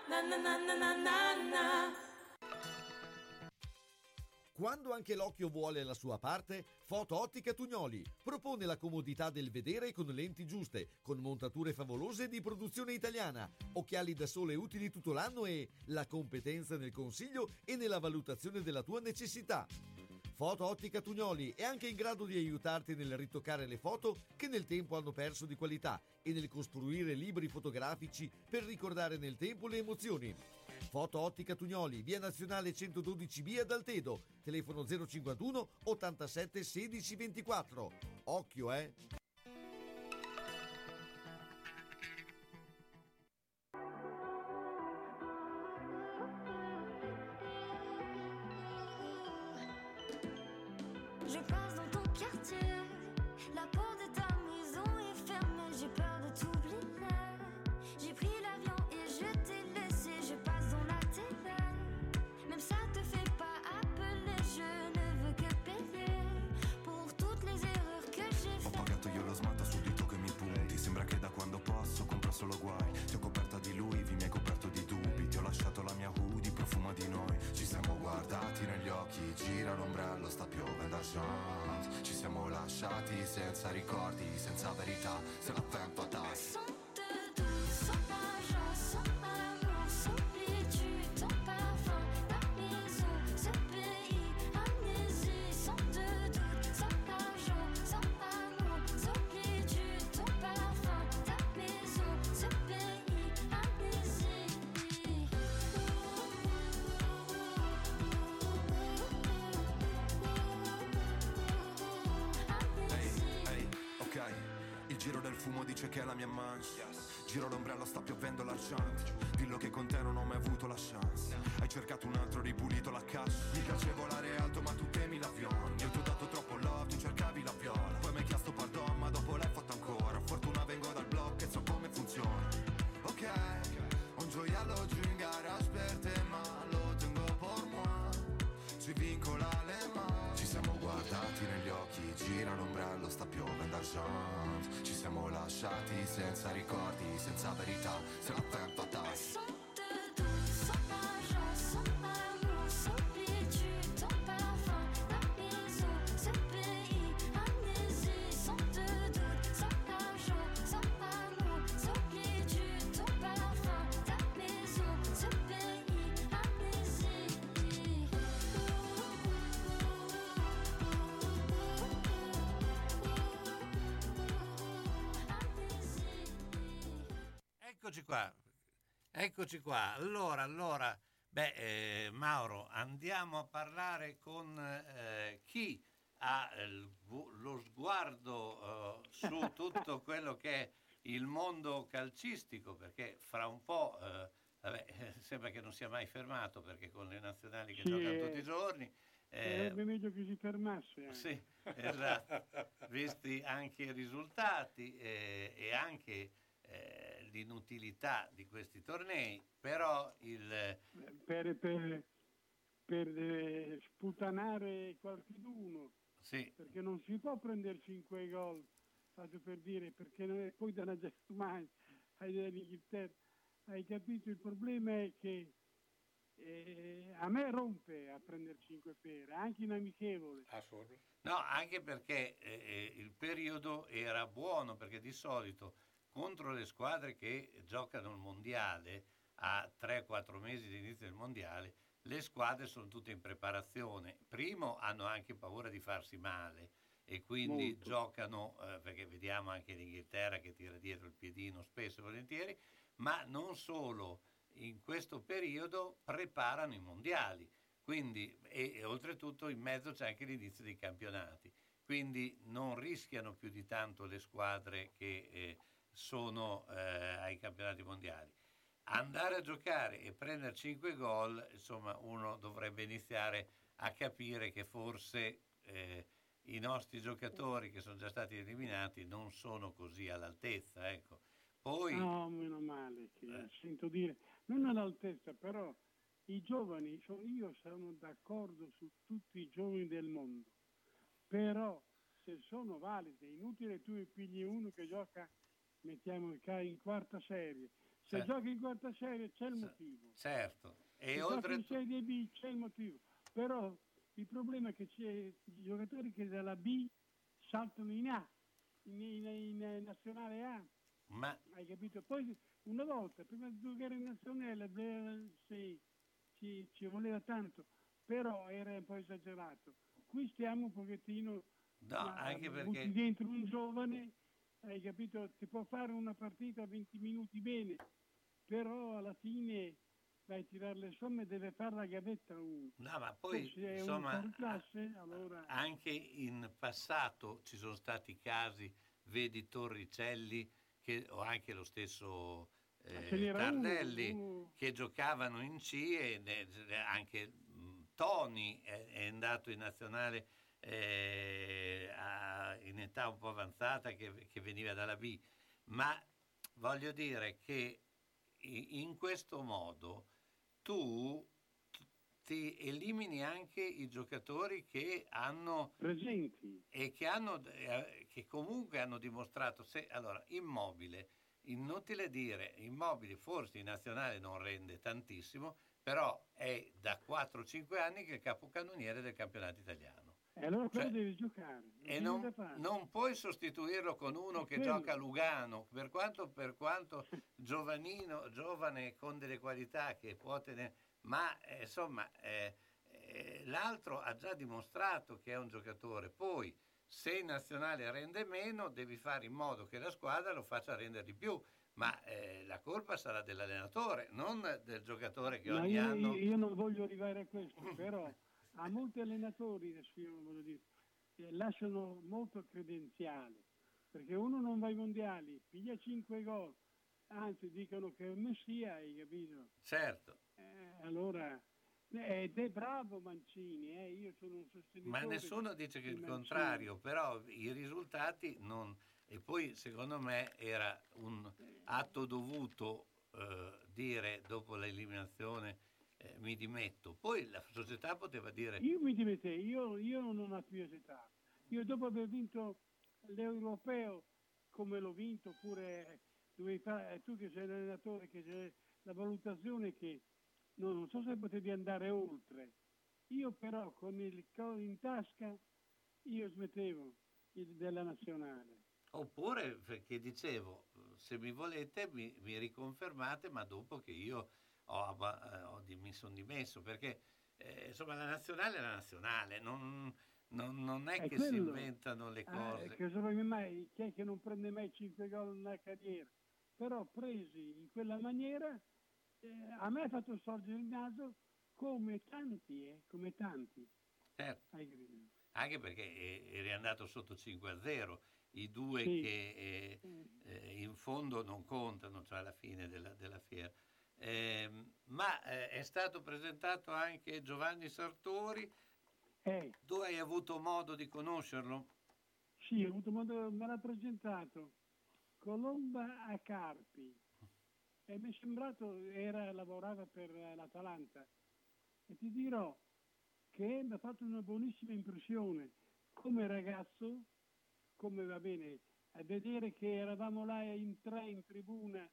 Quando anche l'occhio vuole la sua parte, Foto Ottica Tugnoli propone la comodità del vedere con lenti giuste, con montature favolose di produzione italiana, occhiali da sole utili tutto l'anno e la competenza nel consiglio e nella valutazione della tua necessità. Foto Ottica Tugnoli è anche in grado di aiutarti nel ritoccare le foto che nel tempo hanno perso di qualità e nel costruire libri fotografici per ricordare nel tempo le emozioni. Foto Ottica Tugnoli, via Nazionale centododici B ad Altedo, telefono zero cinquantuno ottantasette sedici ventiquattro. Occhio, eh! Je passe dans ton quartier, la porte de ta maison est fermée, j'ai peur de t'oublier. J'ai pris l'avion et je t'ai laissé, je passe dans la télé. Même ça te fait pas appeler, je ne veux que payer pour toutes les erreurs que j'ai Ho faites. pagato io lo smalto sul dito che mi punti. Sembra che da quando posso compro solo guai. Ti ho coperta di lui, vi mi hai coperto di dubbi. Ti ho lasciato la mia hoodie, profuma di noi. Ci siamo guardati negli occhi, gira l'ombrello, sta piovendo a chance. Ci siamo lasciati senza ricordi, senza verità. Se la vento adesso. Sans te doute, sans argent, sans amour, solitude, ton parfum, ta maison, ce pays, amnésie. Sans te doute, sans argent, sans amour, solitude, ton parfum, ta maison, ce pays, amnésie. Ehi, ok, il giro del fumo dice che è la mia manche. Giro l'ombrello, sta piovendo l'argent. Dillo che con te non ho mai avuto la chance. Hai cercato un altro, ripulito la cash. Mi piace volare alto ma tu temi l'avion. Io ti ho dato troppo love, tu cercavi la viola. Poi mi hai chiesto pardon ma dopo l'hai fatto ancora. Fortuna vengo dal blog e so come funziona. Ok, un gioiello giù in garage per te ma lo tengo por moi. Ci vincola le mani. Ci siamo guardati negli occhi, gira l'ombrello, sta piovendo argent. Ci siamo lasciati senza ricordi, senza verità. Se la vento adesso. Sans te doute, sans argent, sans amour, solitude, ton parfum, ta maison, ce pays, amnésie. Sans te doute, sans argent, sans amour, solitude, ton parfum, ta maison, ce pays, amnésie. Eccoci qua, eccoci qua. Allora, allora, beh, eh, Mauro, andiamo a parlare con eh, chi ha il gu- lo sguardo eh, su tutto quello che è il mondo calcistico, perché fra un po', eh, vabbè, eh, sembra che non sia mai fermato, perché con le nazionali che Sì, giocano eh, tutti i giorni. eh, Sarebbe meglio che si fermasse. anche. sì, esatto. Visti anche i risultati eh, e anche eh, l'inutilità di questi tornei, però il... Per, per, per eh, sputanare qualcuno, Sì. perché non si può prendere cinque gol, faccio per dire, perché non è poi dalla Germania, hai dall'Inghilterra. Hai capito? Il problema è che eh, a me rompe a prendere cinque pere, anche in amichevole. No, anche perché eh, il periodo era buono, perché di solito contro le squadre che giocano il mondiale a tre quattro mesi di inizio del mondiale, le squadre sono tutte in preparazione. Primo, hanno anche paura di farsi male e quindi Molto. giocano, eh, perché vediamo anche l'Inghilterra che tira dietro il piedino spesso e volentieri, ma non solo, in questo periodo preparano i mondiali, quindi e, e oltretutto in mezzo c'è anche l'inizio dei campionati, quindi non rischiano più di tanto le squadre che eh, sono eh, ai campionati mondiali. Andare a giocare e prendere cinque gol, insomma, uno dovrebbe iniziare a capire che forse eh, i nostri giocatori che sono già stati eliminati non sono così all'altezza, ecco. Poi No, meno male, che Eh. sento dire, non all'altezza, però i giovani, sono, io sono d'accordo su tutti i giovani del mondo, però se sono validi, è inutile tu pigli uno che gioca, mettiamo il ca- in quarta serie, se Certo. gioca in quarta serie c'è il motivo, certo, e se gioca oltre in serie B c'è il motivo, però il problema è che c'è i giocatori che dalla B saltano in A, in, in, in nazionale A. ma Hai capito? Poi una volta, prima di giocare in nazionale, beh, sì, ci, ci voleva tanto, però era un po' esagerato. Qui stiamo un pochettino, no, ma, anche butti perché dentro un giovane, hai capito? Ti può fare una partita a venti minuti bene, però alla fine vai a tirare le somme, deve fare la gavetta uno. no, ma poi se è insomma un fuori classe, allora... anche in passato ci sono stati casi, vedi Torricelli che, o anche lo stesso eh, ce n'era Tardelli uno, uno. che giocavano in C e ne- anche mh, Toni è, è andato in nazionale eh, a- in età un po' avanzata che, che veniva dalla B, ma voglio dire che i- in questo modo tu ti elimini anche i giocatori che hanno presenti e che hanno eh, che comunque hanno dimostrato se allora Immobile, inutile dire, Immobile forse in nazionale non rende tantissimo, però è da quattro cinque anni che è il capocannoniere del campionato italiano. E allora quello Cioè, deve giocare. non E c'è non, niente da fare. non puoi sostituirlo con uno È che quello. gioca a Lugano, per quanto, per quanto giovanino, giovane con delle qualità che può tenere, ma eh, insomma eh, eh, l'altro ha già dimostrato che è un giocatore. Poi se in nazionale rende meno, devi fare in modo che la squadra lo faccia rendere di più, ma eh, la colpa sarà dell'allenatore, non del giocatore che Ma ogni io, anno... io- io non voglio arrivare a questo, però a molti allenatori, adesso io non voglio dire, eh, lasciano molto credenziale, perché uno non va ai mondiali, piglia cinque gol, anzi dicono che è un messia, hai capito? Certo. Eh, allora, eh, ed è bravo Mancini, eh, io sono un sostenitore. Ma nessuno dice che di il Mancini. contrario, però i risultati non... E poi secondo me era un atto dovuto eh, dire dopo l'eliminazione eh, mi dimetto. Poi la società poteva dire... Io mi dimettevo, io, io non ho più esitato. Io dopo aver vinto l'europeo, come l'ho vinto, oppure dovevi fare, tu che sei l'allenatore, che c'è la valutazione che no, non so se potevi andare oltre. Io però con il co in tasca, io smettevo il- della nazionale. Oppure perché dicevo, se mi volete mi, mi riconfermate, ma dopo che io ho, abba- eh, ho di- mi sono dimesso, perché eh, insomma la nazionale è la nazionale, non, non- non è, È che si quello. inventano le Eh, cose. che sapete mai, chi è che non prende mai cinque gol nella carriera? Però presi in quella maniera, eh, a me ha fatto sorgere il naso come tanti, eh, come tanti. Certo. Hai capito? Anche perché eh, eri andato sotto cinque a zero, i due Sì. che eh, eh, in fondo non contano, cioè alla fine della, della fiera. Ehm, ma eh, è stato presentato anche Giovanni Sartori. Eh. Tu hai avuto modo di conoscerlo? Sì, ho avuto modo, me l'ha presentato Colomba a Carpi e mi è sembrato, era, lavorava per l'Atalanta e ti dirò che mi ha fatto una buonissima impressione come ragazzo, come va bene, a vedere che eravamo là in tre in tribuna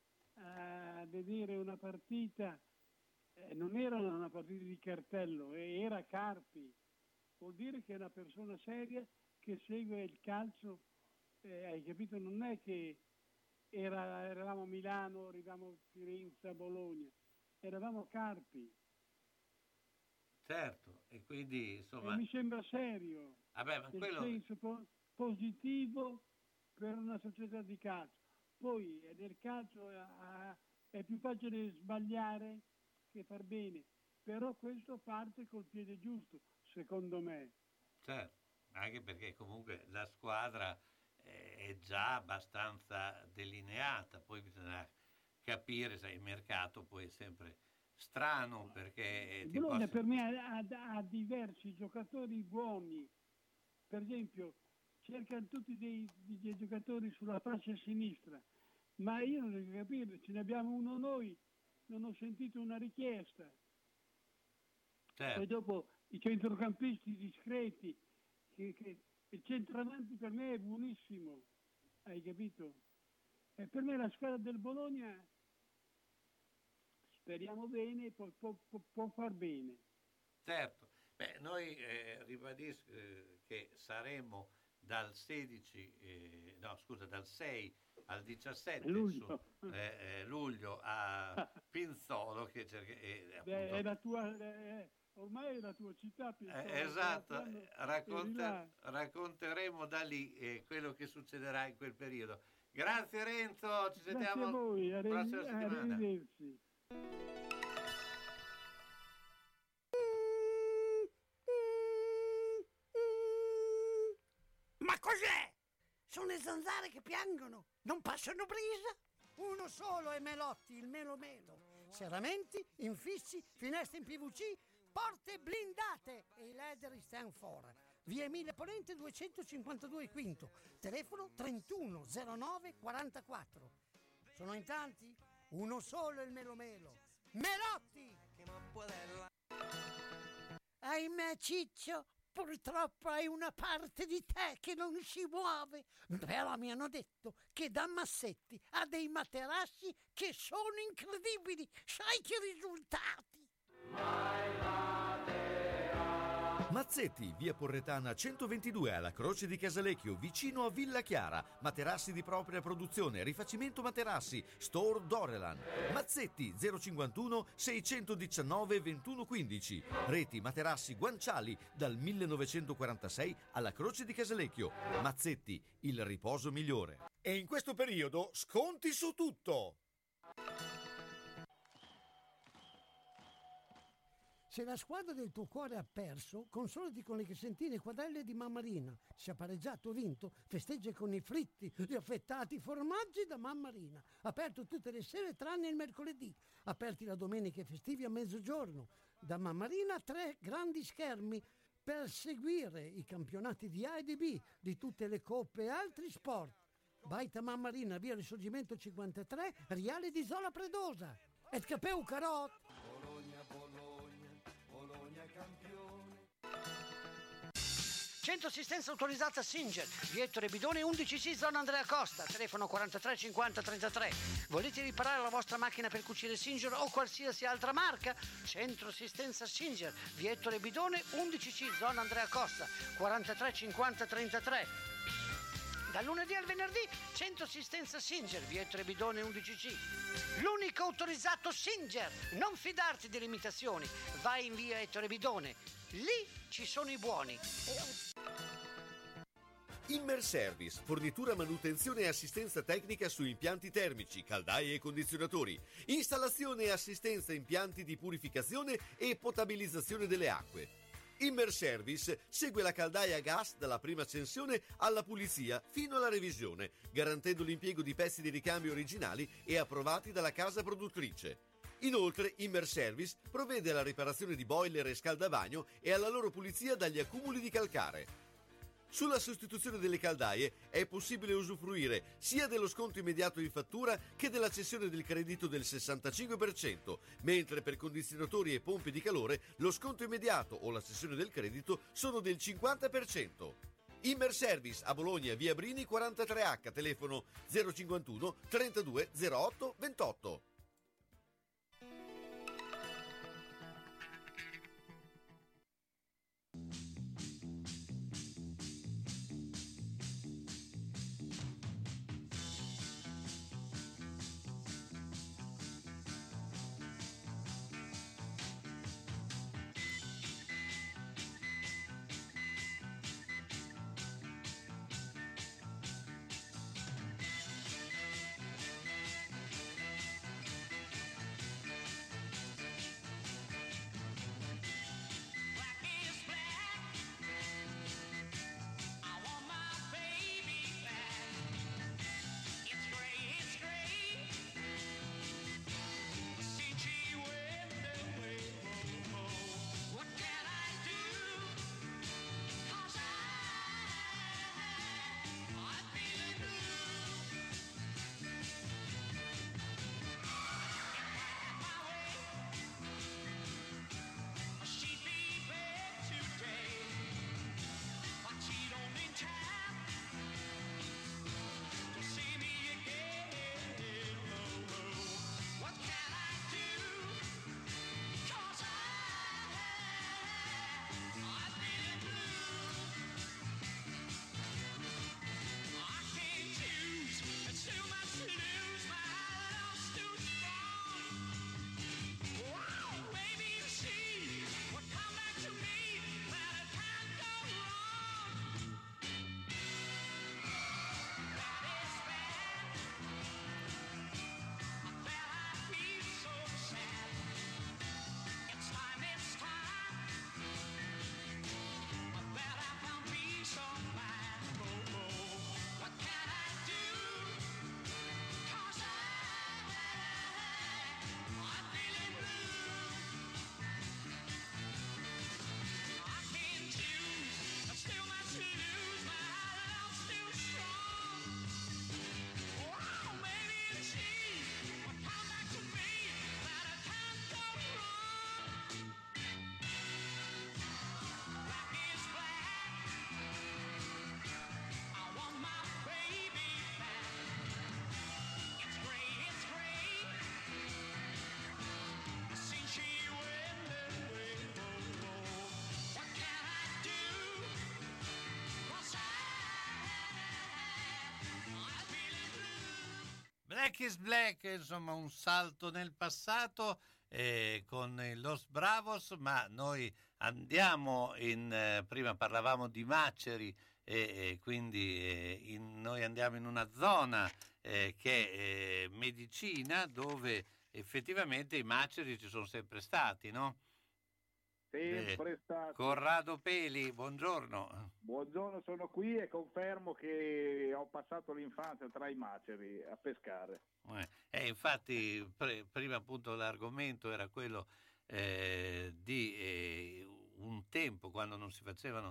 a vedere una partita, eh, non era una partita di cartello, eh, era Carpi, vuol dire che è una persona seria che segue il calcio, eh, hai capito? Non è che era, eravamo a Milano, eravamo a Firenze, a Bologna, eravamo a Carpi. Certo, e quindi insomma... E mi sembra serio, Vabbè, ma nel quello... senso po- positivo per una società di calcio. Poi eh, nel calcio eh, è più facile sbagliare che far bene, però questo parte col piede giusto, secondo me. Certo, anche perché comunque la squadra eh, è già abbastanza delineata, poi bisogna capire se il mercato poi è sempre, strano perché Il ti Bologna posso- per me ha, ha- ha diversi giocatori buoni, per esempio cercano tutti dei, dei giocatori sulla fascia sinistra, ma io non riesco a capire, ce ne abbiamo uno noi, non ho sentito una richiesta. Certo. Poi dopo i centrocampisti discreti, che, che il centravanti per me è buonissimo, hai capito? E per me la squadra del Bologna, speriamo bene, può, può- può- può far bene. Certo, beh, noi eh, ribadisco eh, che saremo dal sedici, eh, no scusa, dal sei al diciassette Luglio. su, eh, eh, luglio a Pinzolo, che cerca- eh, Beh, appunto, è la tua, è- ormai è la tua città. Pinzolo, eh, esatto, l'altro eh, anno racconte- eri là. racconteremo da lì eh, quello che succederà in quel periodo. Grazie Renzo, ci Grazie sentiamo a voi, la arri- prossima settimana. arrivederci. Ma cos'è? Sono le zanzare che piangono, non passano brisa? Uno solo è Melotti, il Melo Melo. Serramenti, infissi, finestre in P V C, porte blindate e i leder stand for. Via Emilia Ponente duecentocinquantadue Quinto, telefono trentuno zero nove quarantaquattro. Sono in tanti? Uno solo è il Melo Melo. Melotti! Ahimè Ciccio, purtroppo hai una parte di te che non si muove, però mi hanno detto che da Massetti ha dei materassi che sono incredibili. Sai che risultati? Mazzetti, via Porretana centoventidue alla Croce di Casalecchio, vicino a Villa Chiara. Materassi di propria produzione, rifacimento materassi, Store Dorelan. Mazzetti zero cinquantuno seicentodiciannove ventuno quindici. Reti materassi guanciali dal millenovecentoquarantasei alla Croce di Casalecchio. Mazzetti, il riposo migliore. E in questo periodo sconti su tutto. Se la squadra del tuo cuore ha perso, consolati con le crescentine e quadrelle di Mammarina. Se ha pareggiato o vinto, festeggia con i fritti, gli affettati formaggi da Mammarina. Aperto tutte le sere tranne il mercoledì. Aperti la domenica e festivi a mezzogiorno. Da Mammarina tre grandi schermi per seguire i campionati di A e di B, di tutte le coppe e altri sport. Baita Mammarina, via Risorgimento cinquantatré, Riale di Zola Predosa. Et capeu carot! Bologna, Bologna, Bologna campione. Centro assistenza autorizzata Singer, via Ettore Bidone undici C, zona Andrea Costa, telefono quarantatré cinquanta trentatré. Volete riparare la vostra macchina per cucire Singer o qualsiasi altra marca? Centro assistenza Singer, via Ettore Bidone undici C, zona Andrea Costa, quarantatré cinquanta trentatré. Dal lunedì al venerdì, centro assistenza Singer, via Ettore Bidone undici C. L'unico autorizzato Singer. Non fidarti delle imitazioni. Vai in via Ettore Bidone. Lì ci sono i buoni. Immer Service, fornitura, manutenzione e assistenza tecnica su impianti termici, caldaie e condizionatori, installazione e assistenza impianti di purificazione e potabilizzazione delle acque. Immer Service segue la caldaia a gas dalla prima accensione alla pulizia fino alla revisione, garantendo l'impiego di pezzi di ricambio originali e approvati dalla casa produttrice. Inoltre, Immer Service provvede alla riparazione di boiler e scaldabagno e alla loro pulizia dagli accumuli di calcare. Sulla sostituzione delle caldaie è possibile usufruire sia dello sconto immediato in fattura che della cessione del credito del sessantacinque per cento, mentre per condizionatori e pompe di calore lo sconto immediato o la cessione del credito sono del cinquanta per cento. Immer Service a Bologna, via Brini quarantatré H, telefono zero cinquantuno trentadue zero otto ventotto. Black is Black, insomma un salto nel passato eh, con i Los Bravos, ma noi andiamo in, eh, prima parlavamo di maceri e, e quindi eh, in, noi andiamo in una zona eh, che è eh, medicina, dove effettivamente i maceri ci sono sempre stati, no? Sempre Eh, stato. Corrado Peli, buongiorno. Buongiorno, sono qui e confermo che ho passato l'infanzia tra i maceri a pescare. Eh, eh, infatti pre- prima appunto l'argomento era quello eh, di eh, un tempo quando non si facevano,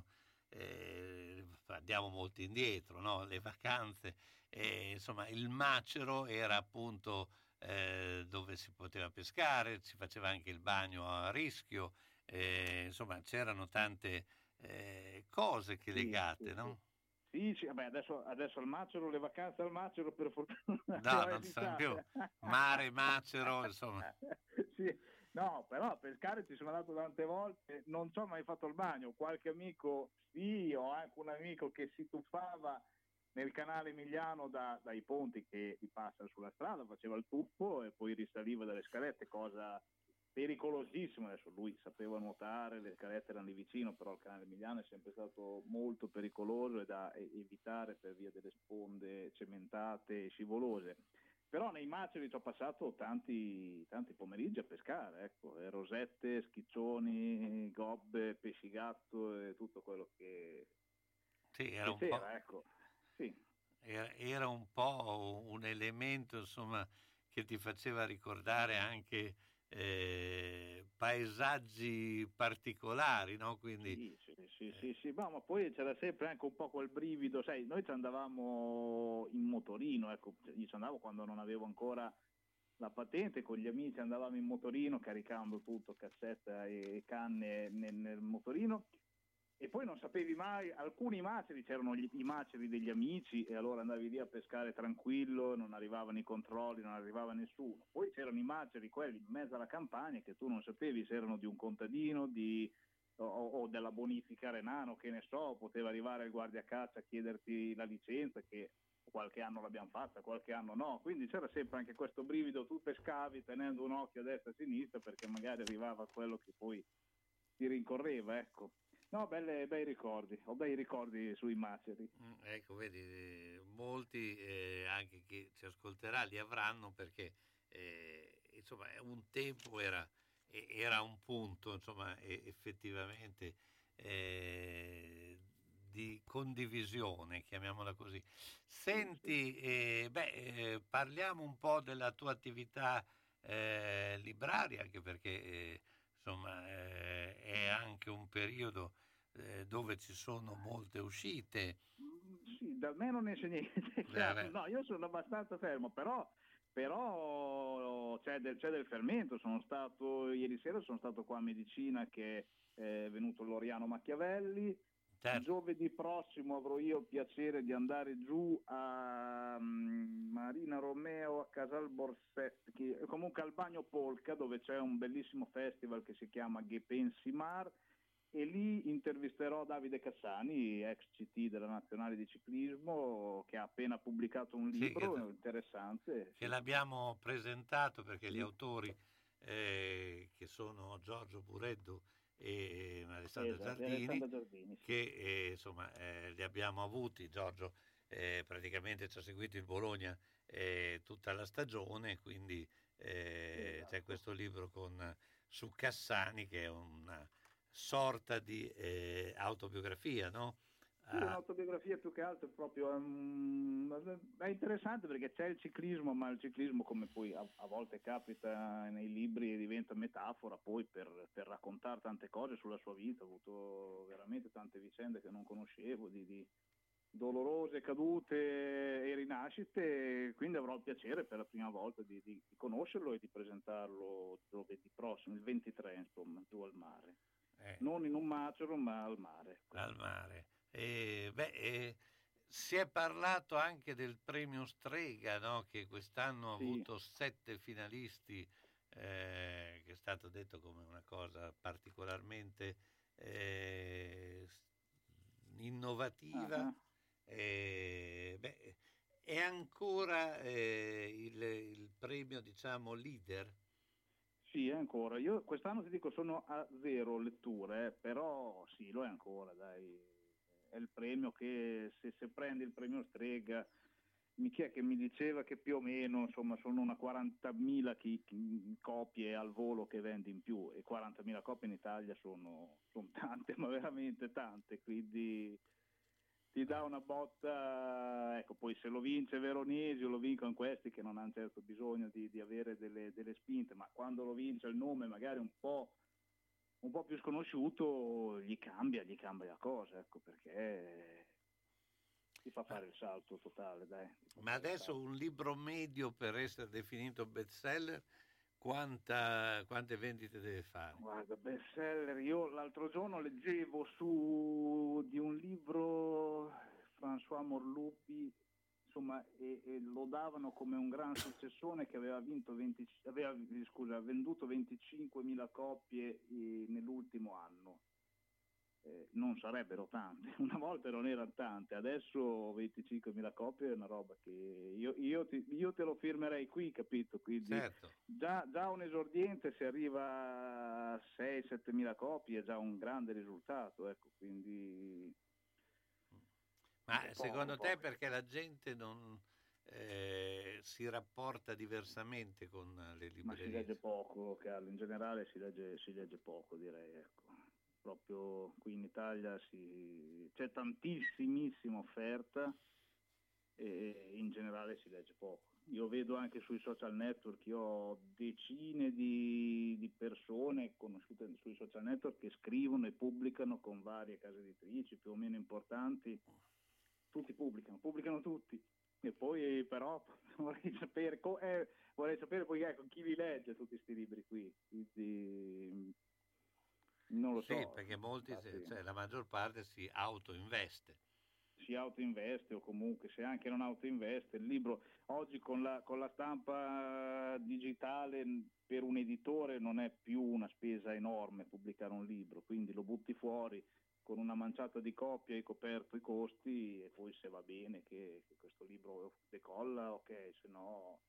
eh, andiamo molto indietro, no? Le vacanze, eh, insomma il macero era appunto eh, dove si poteva pescare, si faceva anche il bagno a rischio, eh, insomma c'erano tante eh, cose che Sì, legate, sì, no? Sì, sì, vabbè, adesso, adesso al macero, le vacanze al macero per fortuna. No, non ci sono più. Mare, macero, insomma. Sì, no, però a pescare ci sono andato tante volte, non ci ho mai fatto il bagno, qualche amico sì, ho anche un amico che si tuffava nel canale Emiliano da- dai ponti che gli passano sulla strada, faceva il tuffo e poi risaliva dalle scalette, cosa pericolosissima. Adesso lui sapeva nuotare, le scalette erano lì vicino, però il canale Emiliano è sempre stato molto pericoloso e da e- evitare per via delle sponde cementate e scivolose. Però nei maceri ci ho passato tanti, tanti pomeriggi a pescare, ecco, e rosette, schiccioni, gobbe, pesci gatto e tutto quello che, Sì, era che un po', c'era, ecco. Sì. era, era un po' un elemento, insomma, che ti faceva ricordare anche eh, paesaggi particolari, no? Quindi Sì, sì, sì, sì, sì, ma ma poi c'era sempre anche un po' quel brivido, sai, noi ci andavamo in motorino, ecco, io ci andavo quando non avevo ancora la patente, con gli amici andavamo in motorino caricando tutto, cassetta e canne nel, nel motorino, e poi non sapevi mai, alcuni maceri, c'erano gli, i maceri degli amici e allora andavi lì a pescare tranquillo, non arrivavano i controlli, non arrivava nessuno. Poi c'erano i maceri, quelli in mezzo alla campagna, che tu non sapevi se erano di un contadino di, o, o della bonifica Renano, che ne so, poteva arrivare il guardiacaccia a chiederti la licenza, che qualche anno l'abbiamo fatta, qualche anno no, quindi c'era sempre anche questo brivido, tu pescavi tenendo un occhio a destra e a sinistra perché magari arrivava quello che poi ti rincorreva, ecco. No, belle, bei ricordi, ho bei ricordi sui maceri. Mm, ecco, vedi, eh, molti eh, anche chi ci ascolterà li avranno perché eh, insomma un tempo era, e- era un punto, insomma, e- effettivamente eh, di condivisione, chiamiamola così. Senti, eh, beh, eh, parliamo un po' della tua attività eh, libraria, anche perché eh, insomma eh, è anche un periodo eh, dove ci sono molte uscite. Sì, da me non ne esce niente, chiaro. No, io sono abbastanza fermo, però, però c'è, del, c'è del fermento. Sono stato ieri sera, sono stato qua a Medicina che è venuto Loriano Machiavelli. Giovedì prossimo avrò io il piacere di andare giù a um, Marina Romeo, a Casal Borset, che, comunque al Bagno Polca, dove c'è un bellissimo festival che si chiama Gepensimar, e lì intervisterò Davide Cassani, ex C T della Nazionale di Ciclismo, che ha appena pubblicato un Sì, libro che- interessante. che l'abbiamo presentato perché gli autori eh, che sono Giorgio Bureddu e Alessandro Esatto, Giardini, Alessandro Giardini, sì. che eh, insomma eh, li abbiamo avuti. Giorgio eh, praticamente ci ha seguito il Bologna eh, tutta la stagione, quindi eh, Esatto. c'è questo libro con, su Cassani che è una sorta di eh, autobiografia, no? Sì, Ah, un'autobiografia più che altro, proprio um, è interessante perché c'è il ciclismo, ma il ciclismo, come poi a, a volte capita nei libri, diventa metafora poi per, per raccontare tante cose sulla sua vita. Ho avuto veramente tante vicende che non conoscevo, di, di dolorose cadute e rinascite, quindi avrò il piacere per la prima volta di, di- di conoscerlo e di presentarlo giovedì prossimo, il ventitré, insomma, giù al mare. eh, Non in un macero, ma al mare. al mare. E, beh, e si è parlato anche del premio Strega, no? Che quest'anno ha Sì. avuto sette finalisti, eh, che è stato detto come una cosa particolarmente eh, s- innovativa. Ah. E, beh, è ancora eh, il, il premio, diciamo, leader? Sì, è ancora. Io quest'anno ti dico sono a zero letture, eh, però sì, lo è ancora, dai. È il premio che se, se prendi il premio Strega, mi chi è che mi diceva che più o meno insomma sono una quarantamila chi, chi, copie al volo che vendi in più, e quarantamila copie in Italia sono, sono tante, ma veramente tante, quindi ti dà una botta. Ecco, poi se lo vince Veronesi o lo vincono questi che non hanno certo bisogno di, di avere delle, delle spinte, ma quando lo vince il nome magari un po', un po' più sconosciuto, gli cambia, gli cambia la cosa, ecco, perché ti fa fare il salto totale, dai. Ma adesso un libro medio per essere definito bestseller, quanta, quante vendite deve fare? Guarda, bestseller, io l'altro giorno leggevo su di un libro François Morlupi, insomma, e, e lo davano come un gran successone che aveva vinto venti, aveva, scusa, venduto venticinquemila copie eh, nell'ultimo anno. Eh, non sarebbero tante, una volta non erano tante, adesso venticinquemila copie è una roba che io, io, ti, io te lo firmerei qui, capito? Quindi certo. già, già un esordiente se arriva a sei sette mila copie è già un grande risultato, ecco, quindi... Ma poco, secondo poco. te perché la gente non eh, si rapporta diversamente con le librerie? Ma si legge poco, Carlo, in generale si legge, si legge poco, direi, ecco. Proprio qui in Italia si... c'è tantissimissima offerta e in generale si legge poco. Io vedo anche sui social network, io ho decine di, di persone conosciute sui social network che scrivono e pubblicano con varie case editrici più o meno importanti, tutti pubblicano, pubblicano tutti. E poi però vorrei sapere, co- eh, vorrei sapere poi ecco, chi li legge tutti questi libri qui, quindi... Non lo sì, so. perché molti, infatti, cioè, la maggior parte si autoinveste. Si autoinveste o comunque se anche non autoinveste, il libro oggi con la, con la stampa digitale per un editore non è più una spesa enorme pubblicare un libro, quindi lo butti fuori con una manciata di copie, hai coperto i costi e poi se va bene che, che questo libro decolla, ok, se no...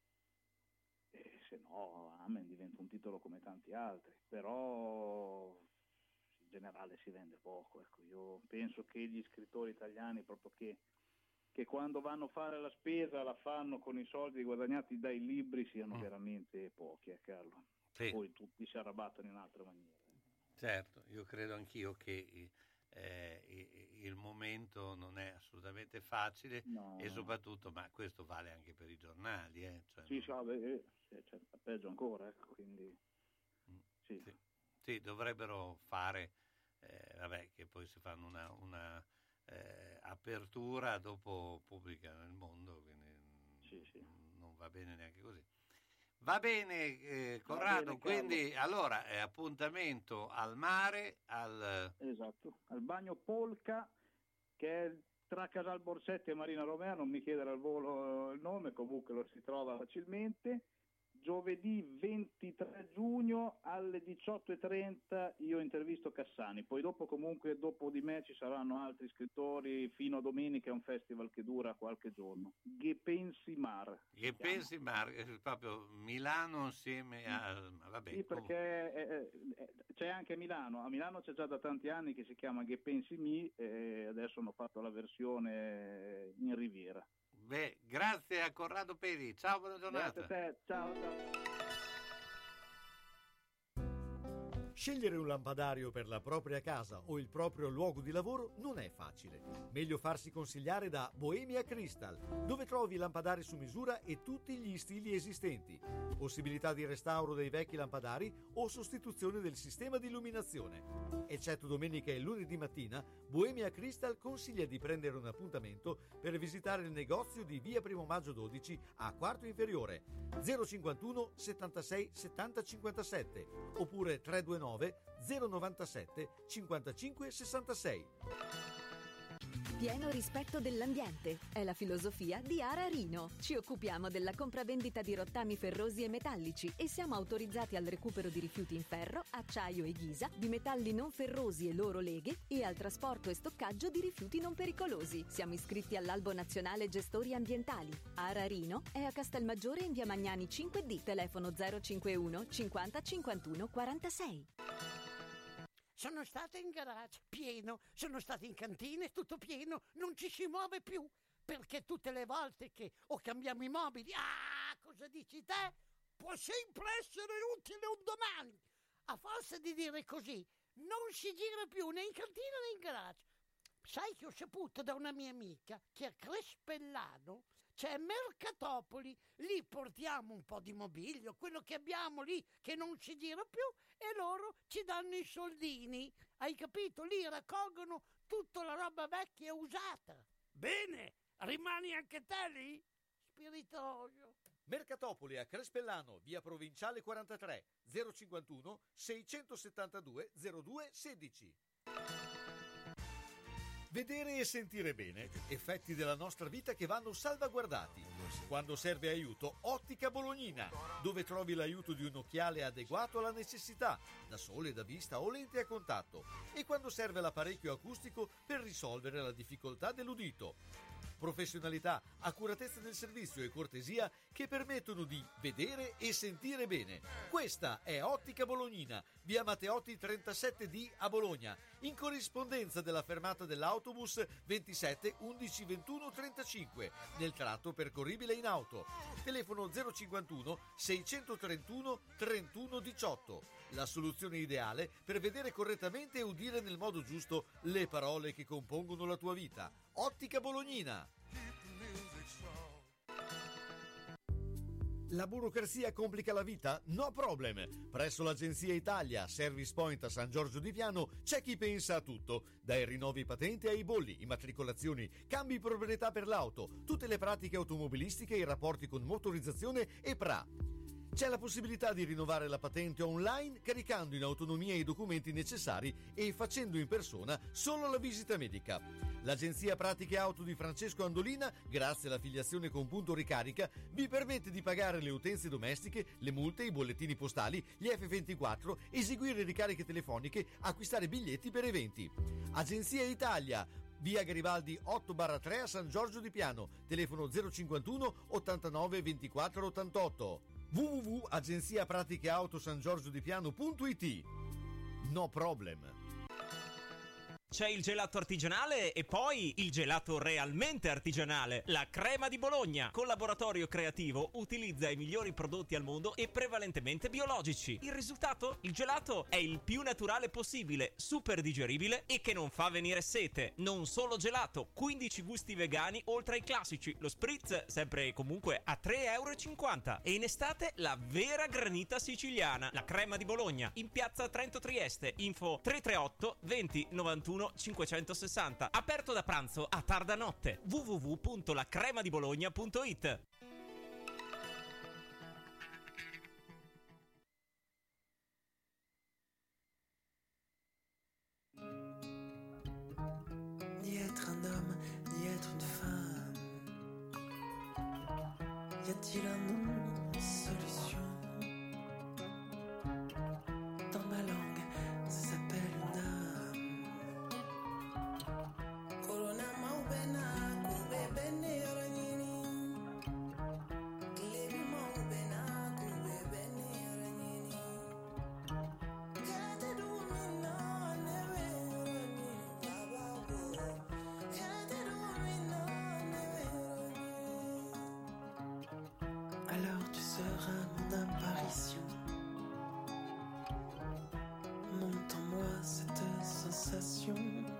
E se no, amen, diventa un titolo come tanti altri, però in generale si vende poco, ecco. Io penso che gli scrittori italiani proprio che, che quando vanno a fare la spesa la fanno con i soldi guadagnati dai libri siano mm. veramente pochi, eh, Carlo. Sì. Poi tutti si arrabbiano in altre maniere. Certo, io credo anch'io che eh, il momento non è assolutamente facile no, e soprattutto, ma questo vale anche per i giornali, eh, cioè, sì, sì, vabbè, eh, cioè, peggio ancora, ecco, quindi sì. Sì, sì, dovrebbero fare, eh, vabbè, che poi si fanno una, una eh, apertura, dopo pubblicano nel mondo, quindi sì, sì. non va bene neanche così. Va bene, eh, Corrado, bene, quindi allora è appuntamento al mare, al... Esatto, al bagno Polca, che è tra Casal Borsetti e Marina Romea, non mi chiedere al volo il nome, comunque lo si trova facilmente. Giovedì ventitré giugno alle diciotto e trenta io intervisto Cassani, poi dopo comunque dopo di me ci saranno altri scrittori fino a domenica, è un festival che dura qualche giorno. Che pensi Mar? Che pensi Mar? Proprio Milano insieme a... Vabbè, sì, perché è, è, c'è anche Milano, a Milano c'è già da tanti anni che si chiama Che pensi mi e adesso hanno fatto la versione in Riviera. Beh, grazie a Corrado Peri, ciao, buona giornata. Grazie a te, ciao, ciao. Scegliere un lampadario per la propria casa o il proprio luogo di lavoro non è facile. Meglio farsi consigliare da Bohemia Crystal, dove trovi lampadari su misura e tutti gli stili esistenti. Possibilità di restauro dei vecchi lampadari o sostituzione del sistema di illuminazione. Eccetto domenica e lunedì mattina, Bohemia Crystal consiglia di prendere un appuntamento per visitare il negozio di via Primo Maggio dodici a Quarto Inferiore, zero cinquantuno settantasei settanta cinquantasette oppure trecentonovantanove zero novantasette cinquantacinque sessantasei. Pieno rispetto dell'ambiente è la filosofia di Ara Rino. Ci occupiamo della compravendita di rottami ferrosi e metallici e siamo autorizzati al recupero di rifiuti in ferro, acciaio e ghisa, di metalli non ferrosi e loro leghe e al trasporto e stoccaggio di rifiuti non pericolosi. Siamo iscritti all'Albo Nazionale Gestori Ambientali. Ara Rino è a Castelmaggiore in via Magnani cinque D, telefono zero cinquantuno cinquanta cinquantuno quarantasei. Sono stata in garage, pieno, sono stata in cantina, tutto pieno, non ci si muove più, perché tutte le volte che o cambiamo i mobili, ah, cosa dici te? Può sempre essere utile un domani. A forza di dire così, non si gira più né in cantina né in garage. Sai che ho saputo da una mia amica che a Crespellano c'è Mercatopoli, lì portiamo un po' di mobilio, quello che abbiamo lì che non si gira più, e loro ci danno i soldini, hai capito? Lì raccolgono tutta la roba vecchia e usata. Bene, rimani anche te lì? Spiritoso. Mercatopoli a Crespellano, via Provinciale quarantatré, zero cinquantuno seicentosettantadue zero due sedici. Vedere e sentire bene, effetti della nostra vita che vanno salvaguardati. Quando serve aiuto, Ottica Bolognina, dove trovi l'aiuto di un occhiale adeguato alla necessità, da sole, da vista o lente a contatto, e quando serve l'apparecchio acustico per risolvere la difficoltà dell'udito. Professionalità, accuratezza del servizio e cortesia che permettono di vedere e sentire bene. Questa è Ottica Bolognina, via Matteotti trentasette D a Bologna, in corrispondenza della fermata dell'autobus ventisette undici ventuno trentacinque, nel tratto percorribile in auto. Telefono zero cinquantuno seicentotrentuno trentuno diciotto. La soluzione ideale per vedere correttamente e udire nel modo giusto le parole che compongono la tua vita. Ottica Bolognina. La burocrazia complica la vita? No problem! Presso l'Agenzia Italia Service Point a San Giorgio di Piano c'è chi pensa a tutto, dai rinnovi patente ai bolli, immatricolazioni, cambi proprietà per l'auto, tutte le pratiche automobilistiche e i rapporti con motorizzazione e P R A. C'è la possibilità di rinnovare la patente online caricando in autonomia i documenti necessari e facendo in persona solo la visita medica. L'Agenzia Pratiche Auto di Francesco Andolina, grazie all'affiliazione con Punto Ricarica, vi permette di pagare le utenze domestiche, le multe, i bollettini postali, gli effe ventiquattro, eseguire ricariche telefoniche, acquistare biglietti per eventi. Agenzia Italia, via Garibaldi otto barra tre a San Giorgio di Piano, telefono zero cinquantuno ottantanove ventiquattro ottantotto. w w w punto agenzia pratiche auto san giorgio di piano punto i t. No problem. C'è il gelato artigianale e poi il gelato realmente artigianale, la Crema di Bologna. Con laboratorio creativo utilizza i migliori prodotti al mondo e prevalentemente biologici. Il risultato? Il gelato è il più naturale possibile, super digeribile e che non fa venire sete. Non solo gelato, quindici gusti vegani oltre ai classici. Lo spritz sempre e comunque a tre virgola cinquanta euro. E in estate la vera granita siciliana, la Crema di Bologna, in piazza Trento Trieste. Info tre tre otto venti novantuno cinquecentosessanta. Aperto da pranzo a tarda notte. w w w punto la crema di bologna punto i t. Ni être un homme, ni être une femme. Y a-t-il un nom, une solution? Dans ma langue, ça s'appelle une âme. Alors tu seras mon apparition. Monte en moi cette sensation.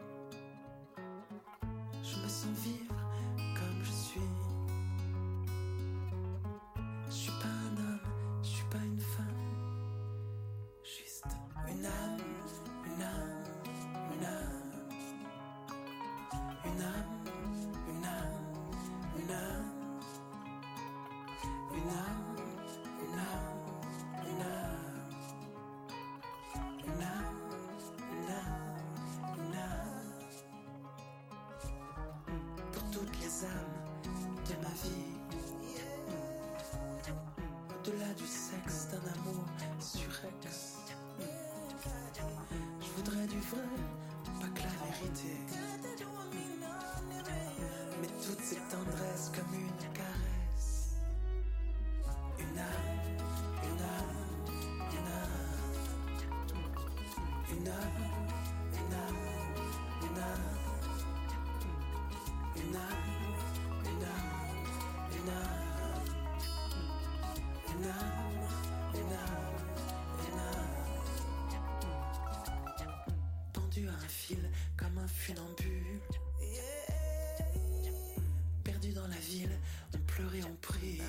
Je me sens vivre comme je suis. Je suis pas un homme, je suis pas une femme. Juste une âme, une âme, une âme. Une âme, une âme, une âme. Une âme, une âme, une âme. Une âme, une âme, une âme. de ma vie. Au-delà du sexe, d'un amour surex. Je voudrais du vrai, pas que la vérité. Mais toute cette tendresse comme une caresse. Une âme, une âme, une âme. Une âme, une âme, une âme. Une âme, une âme, une âme. Une âme, une âme, une âme. Pendu à un fil comme un funambule. Perdu dans la ville, on pleurait, on prie.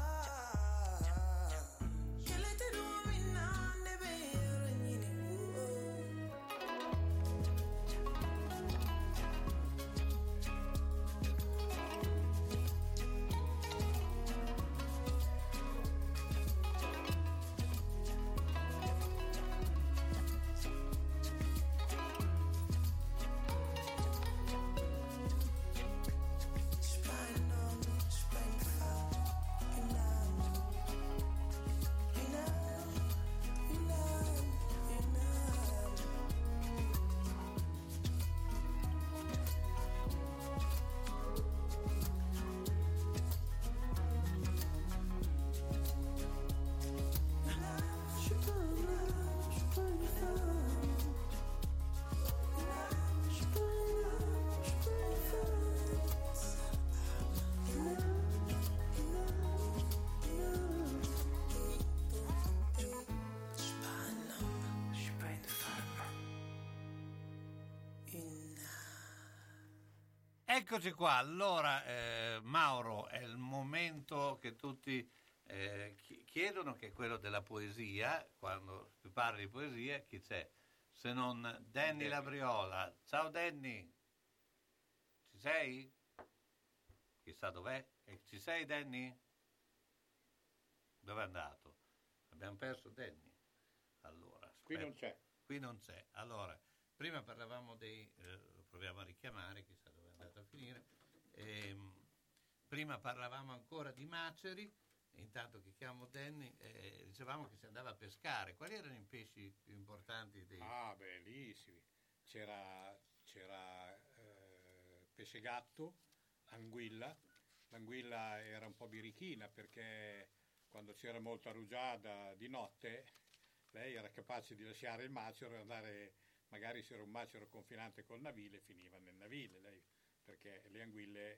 Eccoci qua, allora eh, Mauro, è il momento che tutti eh, chiedono, che è quello della poesia. Quando si parla di poesia, chi c'è? Se non Danny Labriola. Ciao Danny, ci sei? Chissà dov'è? Eh, ci sei Danny? Dove è andato? Abbiamo perso Danny. Allora, aspetta. Qui non c'è. Qui non c'è. Allora, prima parlavamo dei... Eh, lo proviamo a richiamare, chissà dove è andato a finire. Ehm, prima parlavamo ancora di maceri, e intanto che chiamo Danny, eh, dicevamo che si andava a pescare. Quali erano i pesci più importanti dei... Ah, bellissimi. C'era, c'era eh, pesce gatto, anguilla. L'anguilla era un po' birichina perché quando c'era molta rugiada di notte lei era capace di lasciare il macero e andare, magari se era un macero confinante col navile, finiva nel navile lei, perché le anguille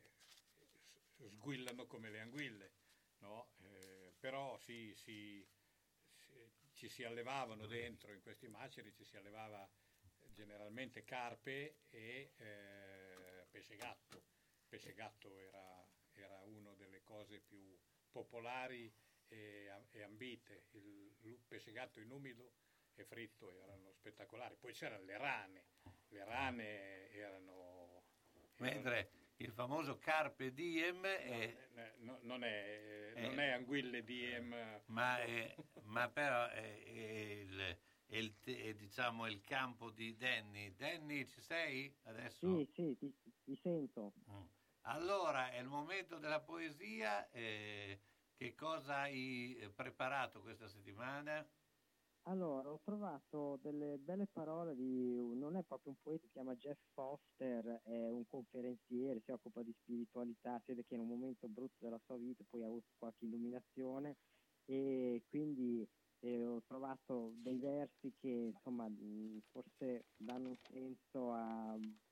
sguillano come le anguille, no? Eh, però sì, sì, sì, ci si allevavano dentro in questi maceri, ci si allevava generalmente carpe e eh, pesce gatto. Pesce gatto era, era una delle cose più popolari e, e ambite. Il, il pesce gatto in umido e fritto erano spettacolari. Poi c'erano le rane, le rane erano... Mentre erano... il famoso Carpe Diem è... No, non, è, è, non è anguille diem... Ma, è, ma però è, è il... è il, è, diciamo, il campo di Danny. Danny, ci sei adesso? Sì, sì, ti, ti sento. Mm. Allora, è il momento della poesia. Eh, che cosa hai preparato questa settimana? Allora, ho trovato delle belle parole di, non è proprio un poeta, si chiama Jeff Foster, è un conferenziere, si occupa di spiritualità, si vede che in un momento brutto della sua vita poi ha avuto qualche illuminazione e quindi eh, ho trovato dei versi che insomma forse danno un senso a,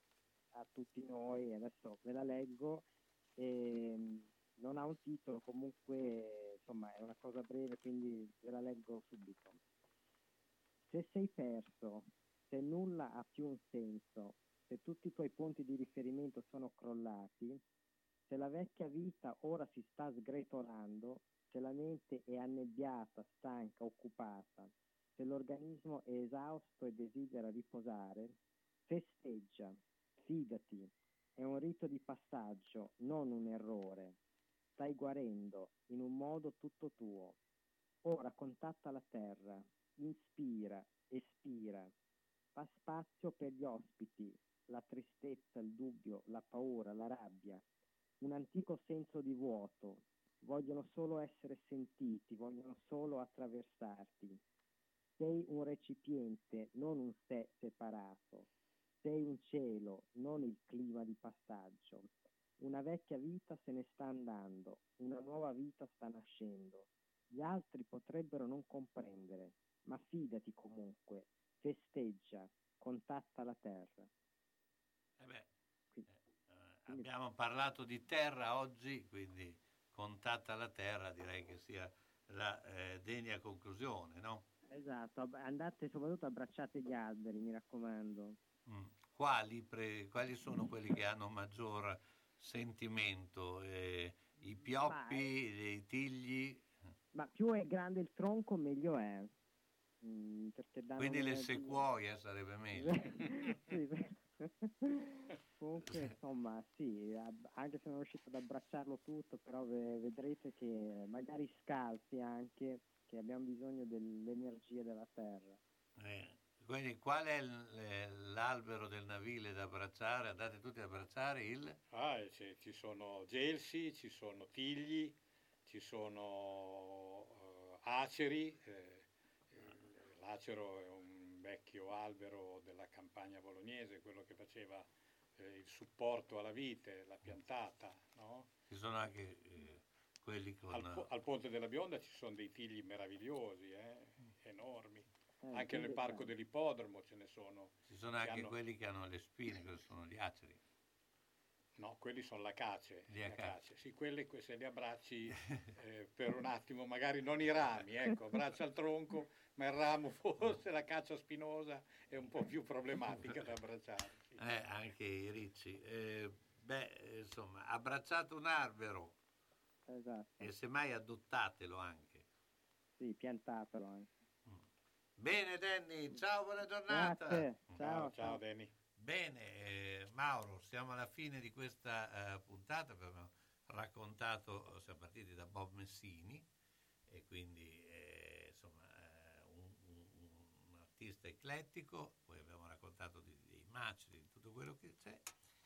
a tutti noi. Adesso ve la leggo. E, non ha un titolo, comunque insomma è una cosa breve, quindi ve la leggo subito. Se sei perso, se nulla ha più un senso, se tutti i tuoi punti di riferimento sono crollati, se la vecchia vita ora si sta sgretolando, se la mente è annebbiata, stanca, occupata, se l'organismo è esausto e desidera riposare, festeggia, fidati, è un rito di passaggio, non un errore. Stai guarendo in un modo tutto tuo. Ora contatta la terra, inspira, espira, fa spazio per gli ospiti, la tristezza, il dubbio, la paura, la rabbia. un antico senso di vuoto, vogliono solo essere sentiti, vogliono solo attraversarti. Sei un recipiente, non un sé separato. Sei un cielo, non il clima di passaggio. Una vecchia vita se ne sta andando, una nuova vita sta nascendo. Gli altri potrebbero non comprendere, ma fidati comunque, festeggia, contatta la terra. Eh beh, eh, abbiamo parlato di terra oggi, quindi contatta la terra direi che sia la eh, degna conclusione, no? Esatto, ab- andate soprattutto abbracciate gli alberi, mi raccomando. Mm. Quali, pre- quali sono quelli che hanno maggior sentimento? Eh, I pioppi, i tigli? Ma più è grande il tronco, meglio è. Mm, perché danno Quindi le energia. sequoie sarebbe meglio. Sì, comunque, insomma, sì, ab- anche se non riuscite ad abbracciarlo tutto, però ve- vedrete che magari scalzi anche, che abbiamo bisogno dell'energia della terra. Eh, quindi qual è l- l'albero del Navile da abbracciare? Andate tutti ad abbracciare il... Ah, e c'è- ci sono gelsi, ci sono tigli, ci sono eh, aceri. eh, eh, L'acero è un vecchio albero della campagna bolognese, quello che faceva eh, il supporto alla vite, la piantata, no? Ci sono anche eh, quelli con... Al, po- al Ponte della Bionda ci sono dei tigli meravigliosi, eh, enormi. Eh, Anche nel quindi- parco dell'ippodromo ce ne sono. Ci sono che anche hanno- quelli che hanno le spine, che sono gli aceri. No, quelli sono le acacie. Gli le acacie. acacie. Sì, quelle que- se li abbracci eh, per un attimo, magari non i rami, ecco, abbraccia il tronco, ma il ramo forse, la caccia spinosa è un po' più problematica da abbracciare. sì. Eh, anche i ricci. Eh, beh, eh, insomma, abbracciate un albero Esatto. e semmai adottatelo anche. Sì, piantatelo anche. Bene Danny, ciao, buona giornata. Grazie, ciao, ciao. Danny. Bene, eh, Mauro, siamo alla fine di questa eh, puntata, abbiamo raccontato, siamo partiti da Bob Messini e quindi eh, insomma eh, un, un- un artista eclettico, poi abbiamo raccontato di- dei maceri, di tutto quello che c'è,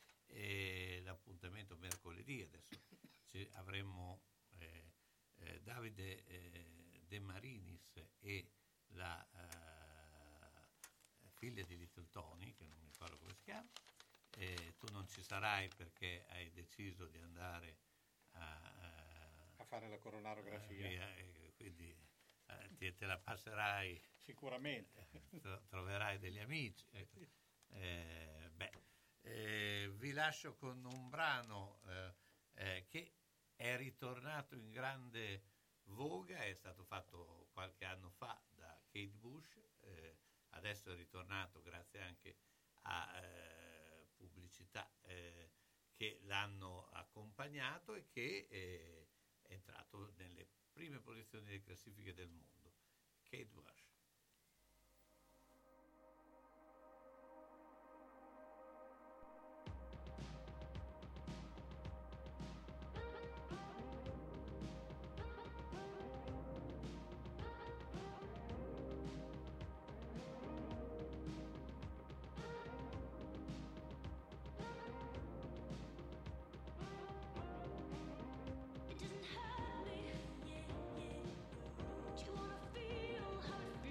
e l'appuntamento mercoledì, adesso ci avremo eh, eh, Davide eh, De Marinis e la eh, figlia di Little Tony, che non mi ricordo come si chiama. Eh, tu non ci sarai perché hai deciso di andare a, A fare la coronarografia. via, e quindi eh, ti- te la passerai, Sicuramente. tro- troverai degli amici. ecco. Eh, beh, eh, vi lascio con un brano eh, eh, che è ritornato in grande voga, è stato fatto qualche anno fa da Kate Bush, eh, adesso è ritornato grazie anche a eh, pubblicità eh, che l'hanno accompagnato e che eh, è entrato nelle prime posizioni delle classifiche del mondo. Kate Bush. Do you wanna feel how it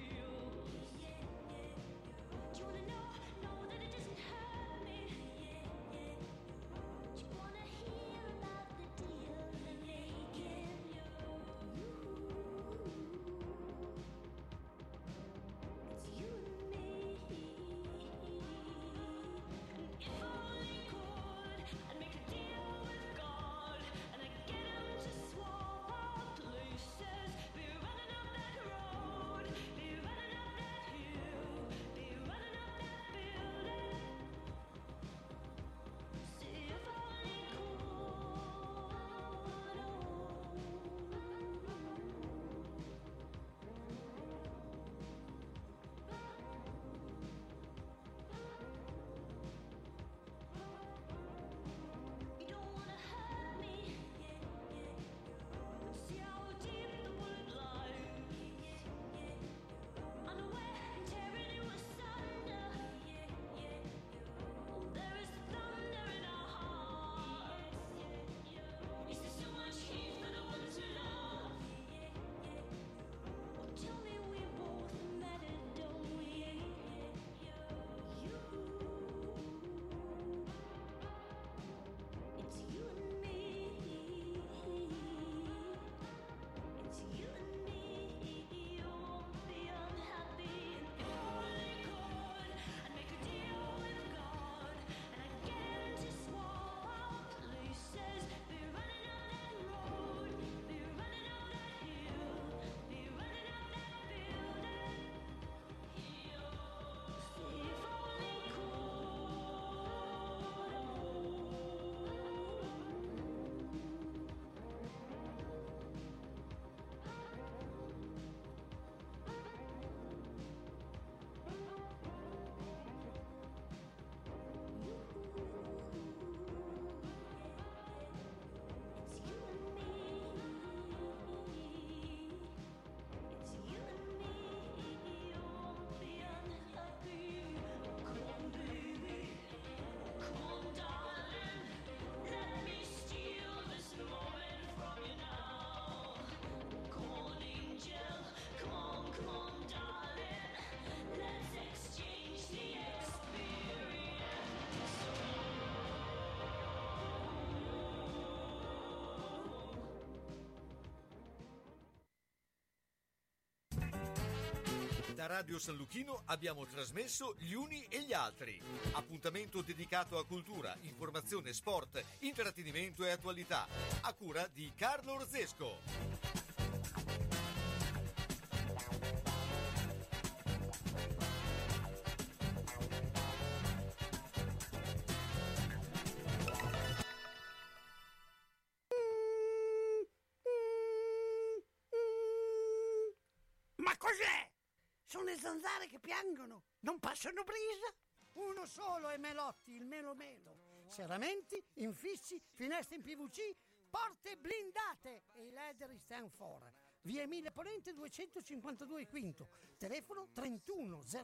a Radio San Luchino abbiamo trasmesso Gli Uni e gli Altri. Appuntamento dedicato a cultura, informazione, sport, intrattenimento e attualità. A cura di Carlo Orzesco. Ma cos'è? Sono le zanzare che piangono, non passano brisa. Uno solo è Melotti, il Melo Melo. Serramenti, infissi, finestre in P V C, porte blindate e i leder stand for. Via Emilia Ponente duecentocinquantadue Quinto, telefono trentuno zero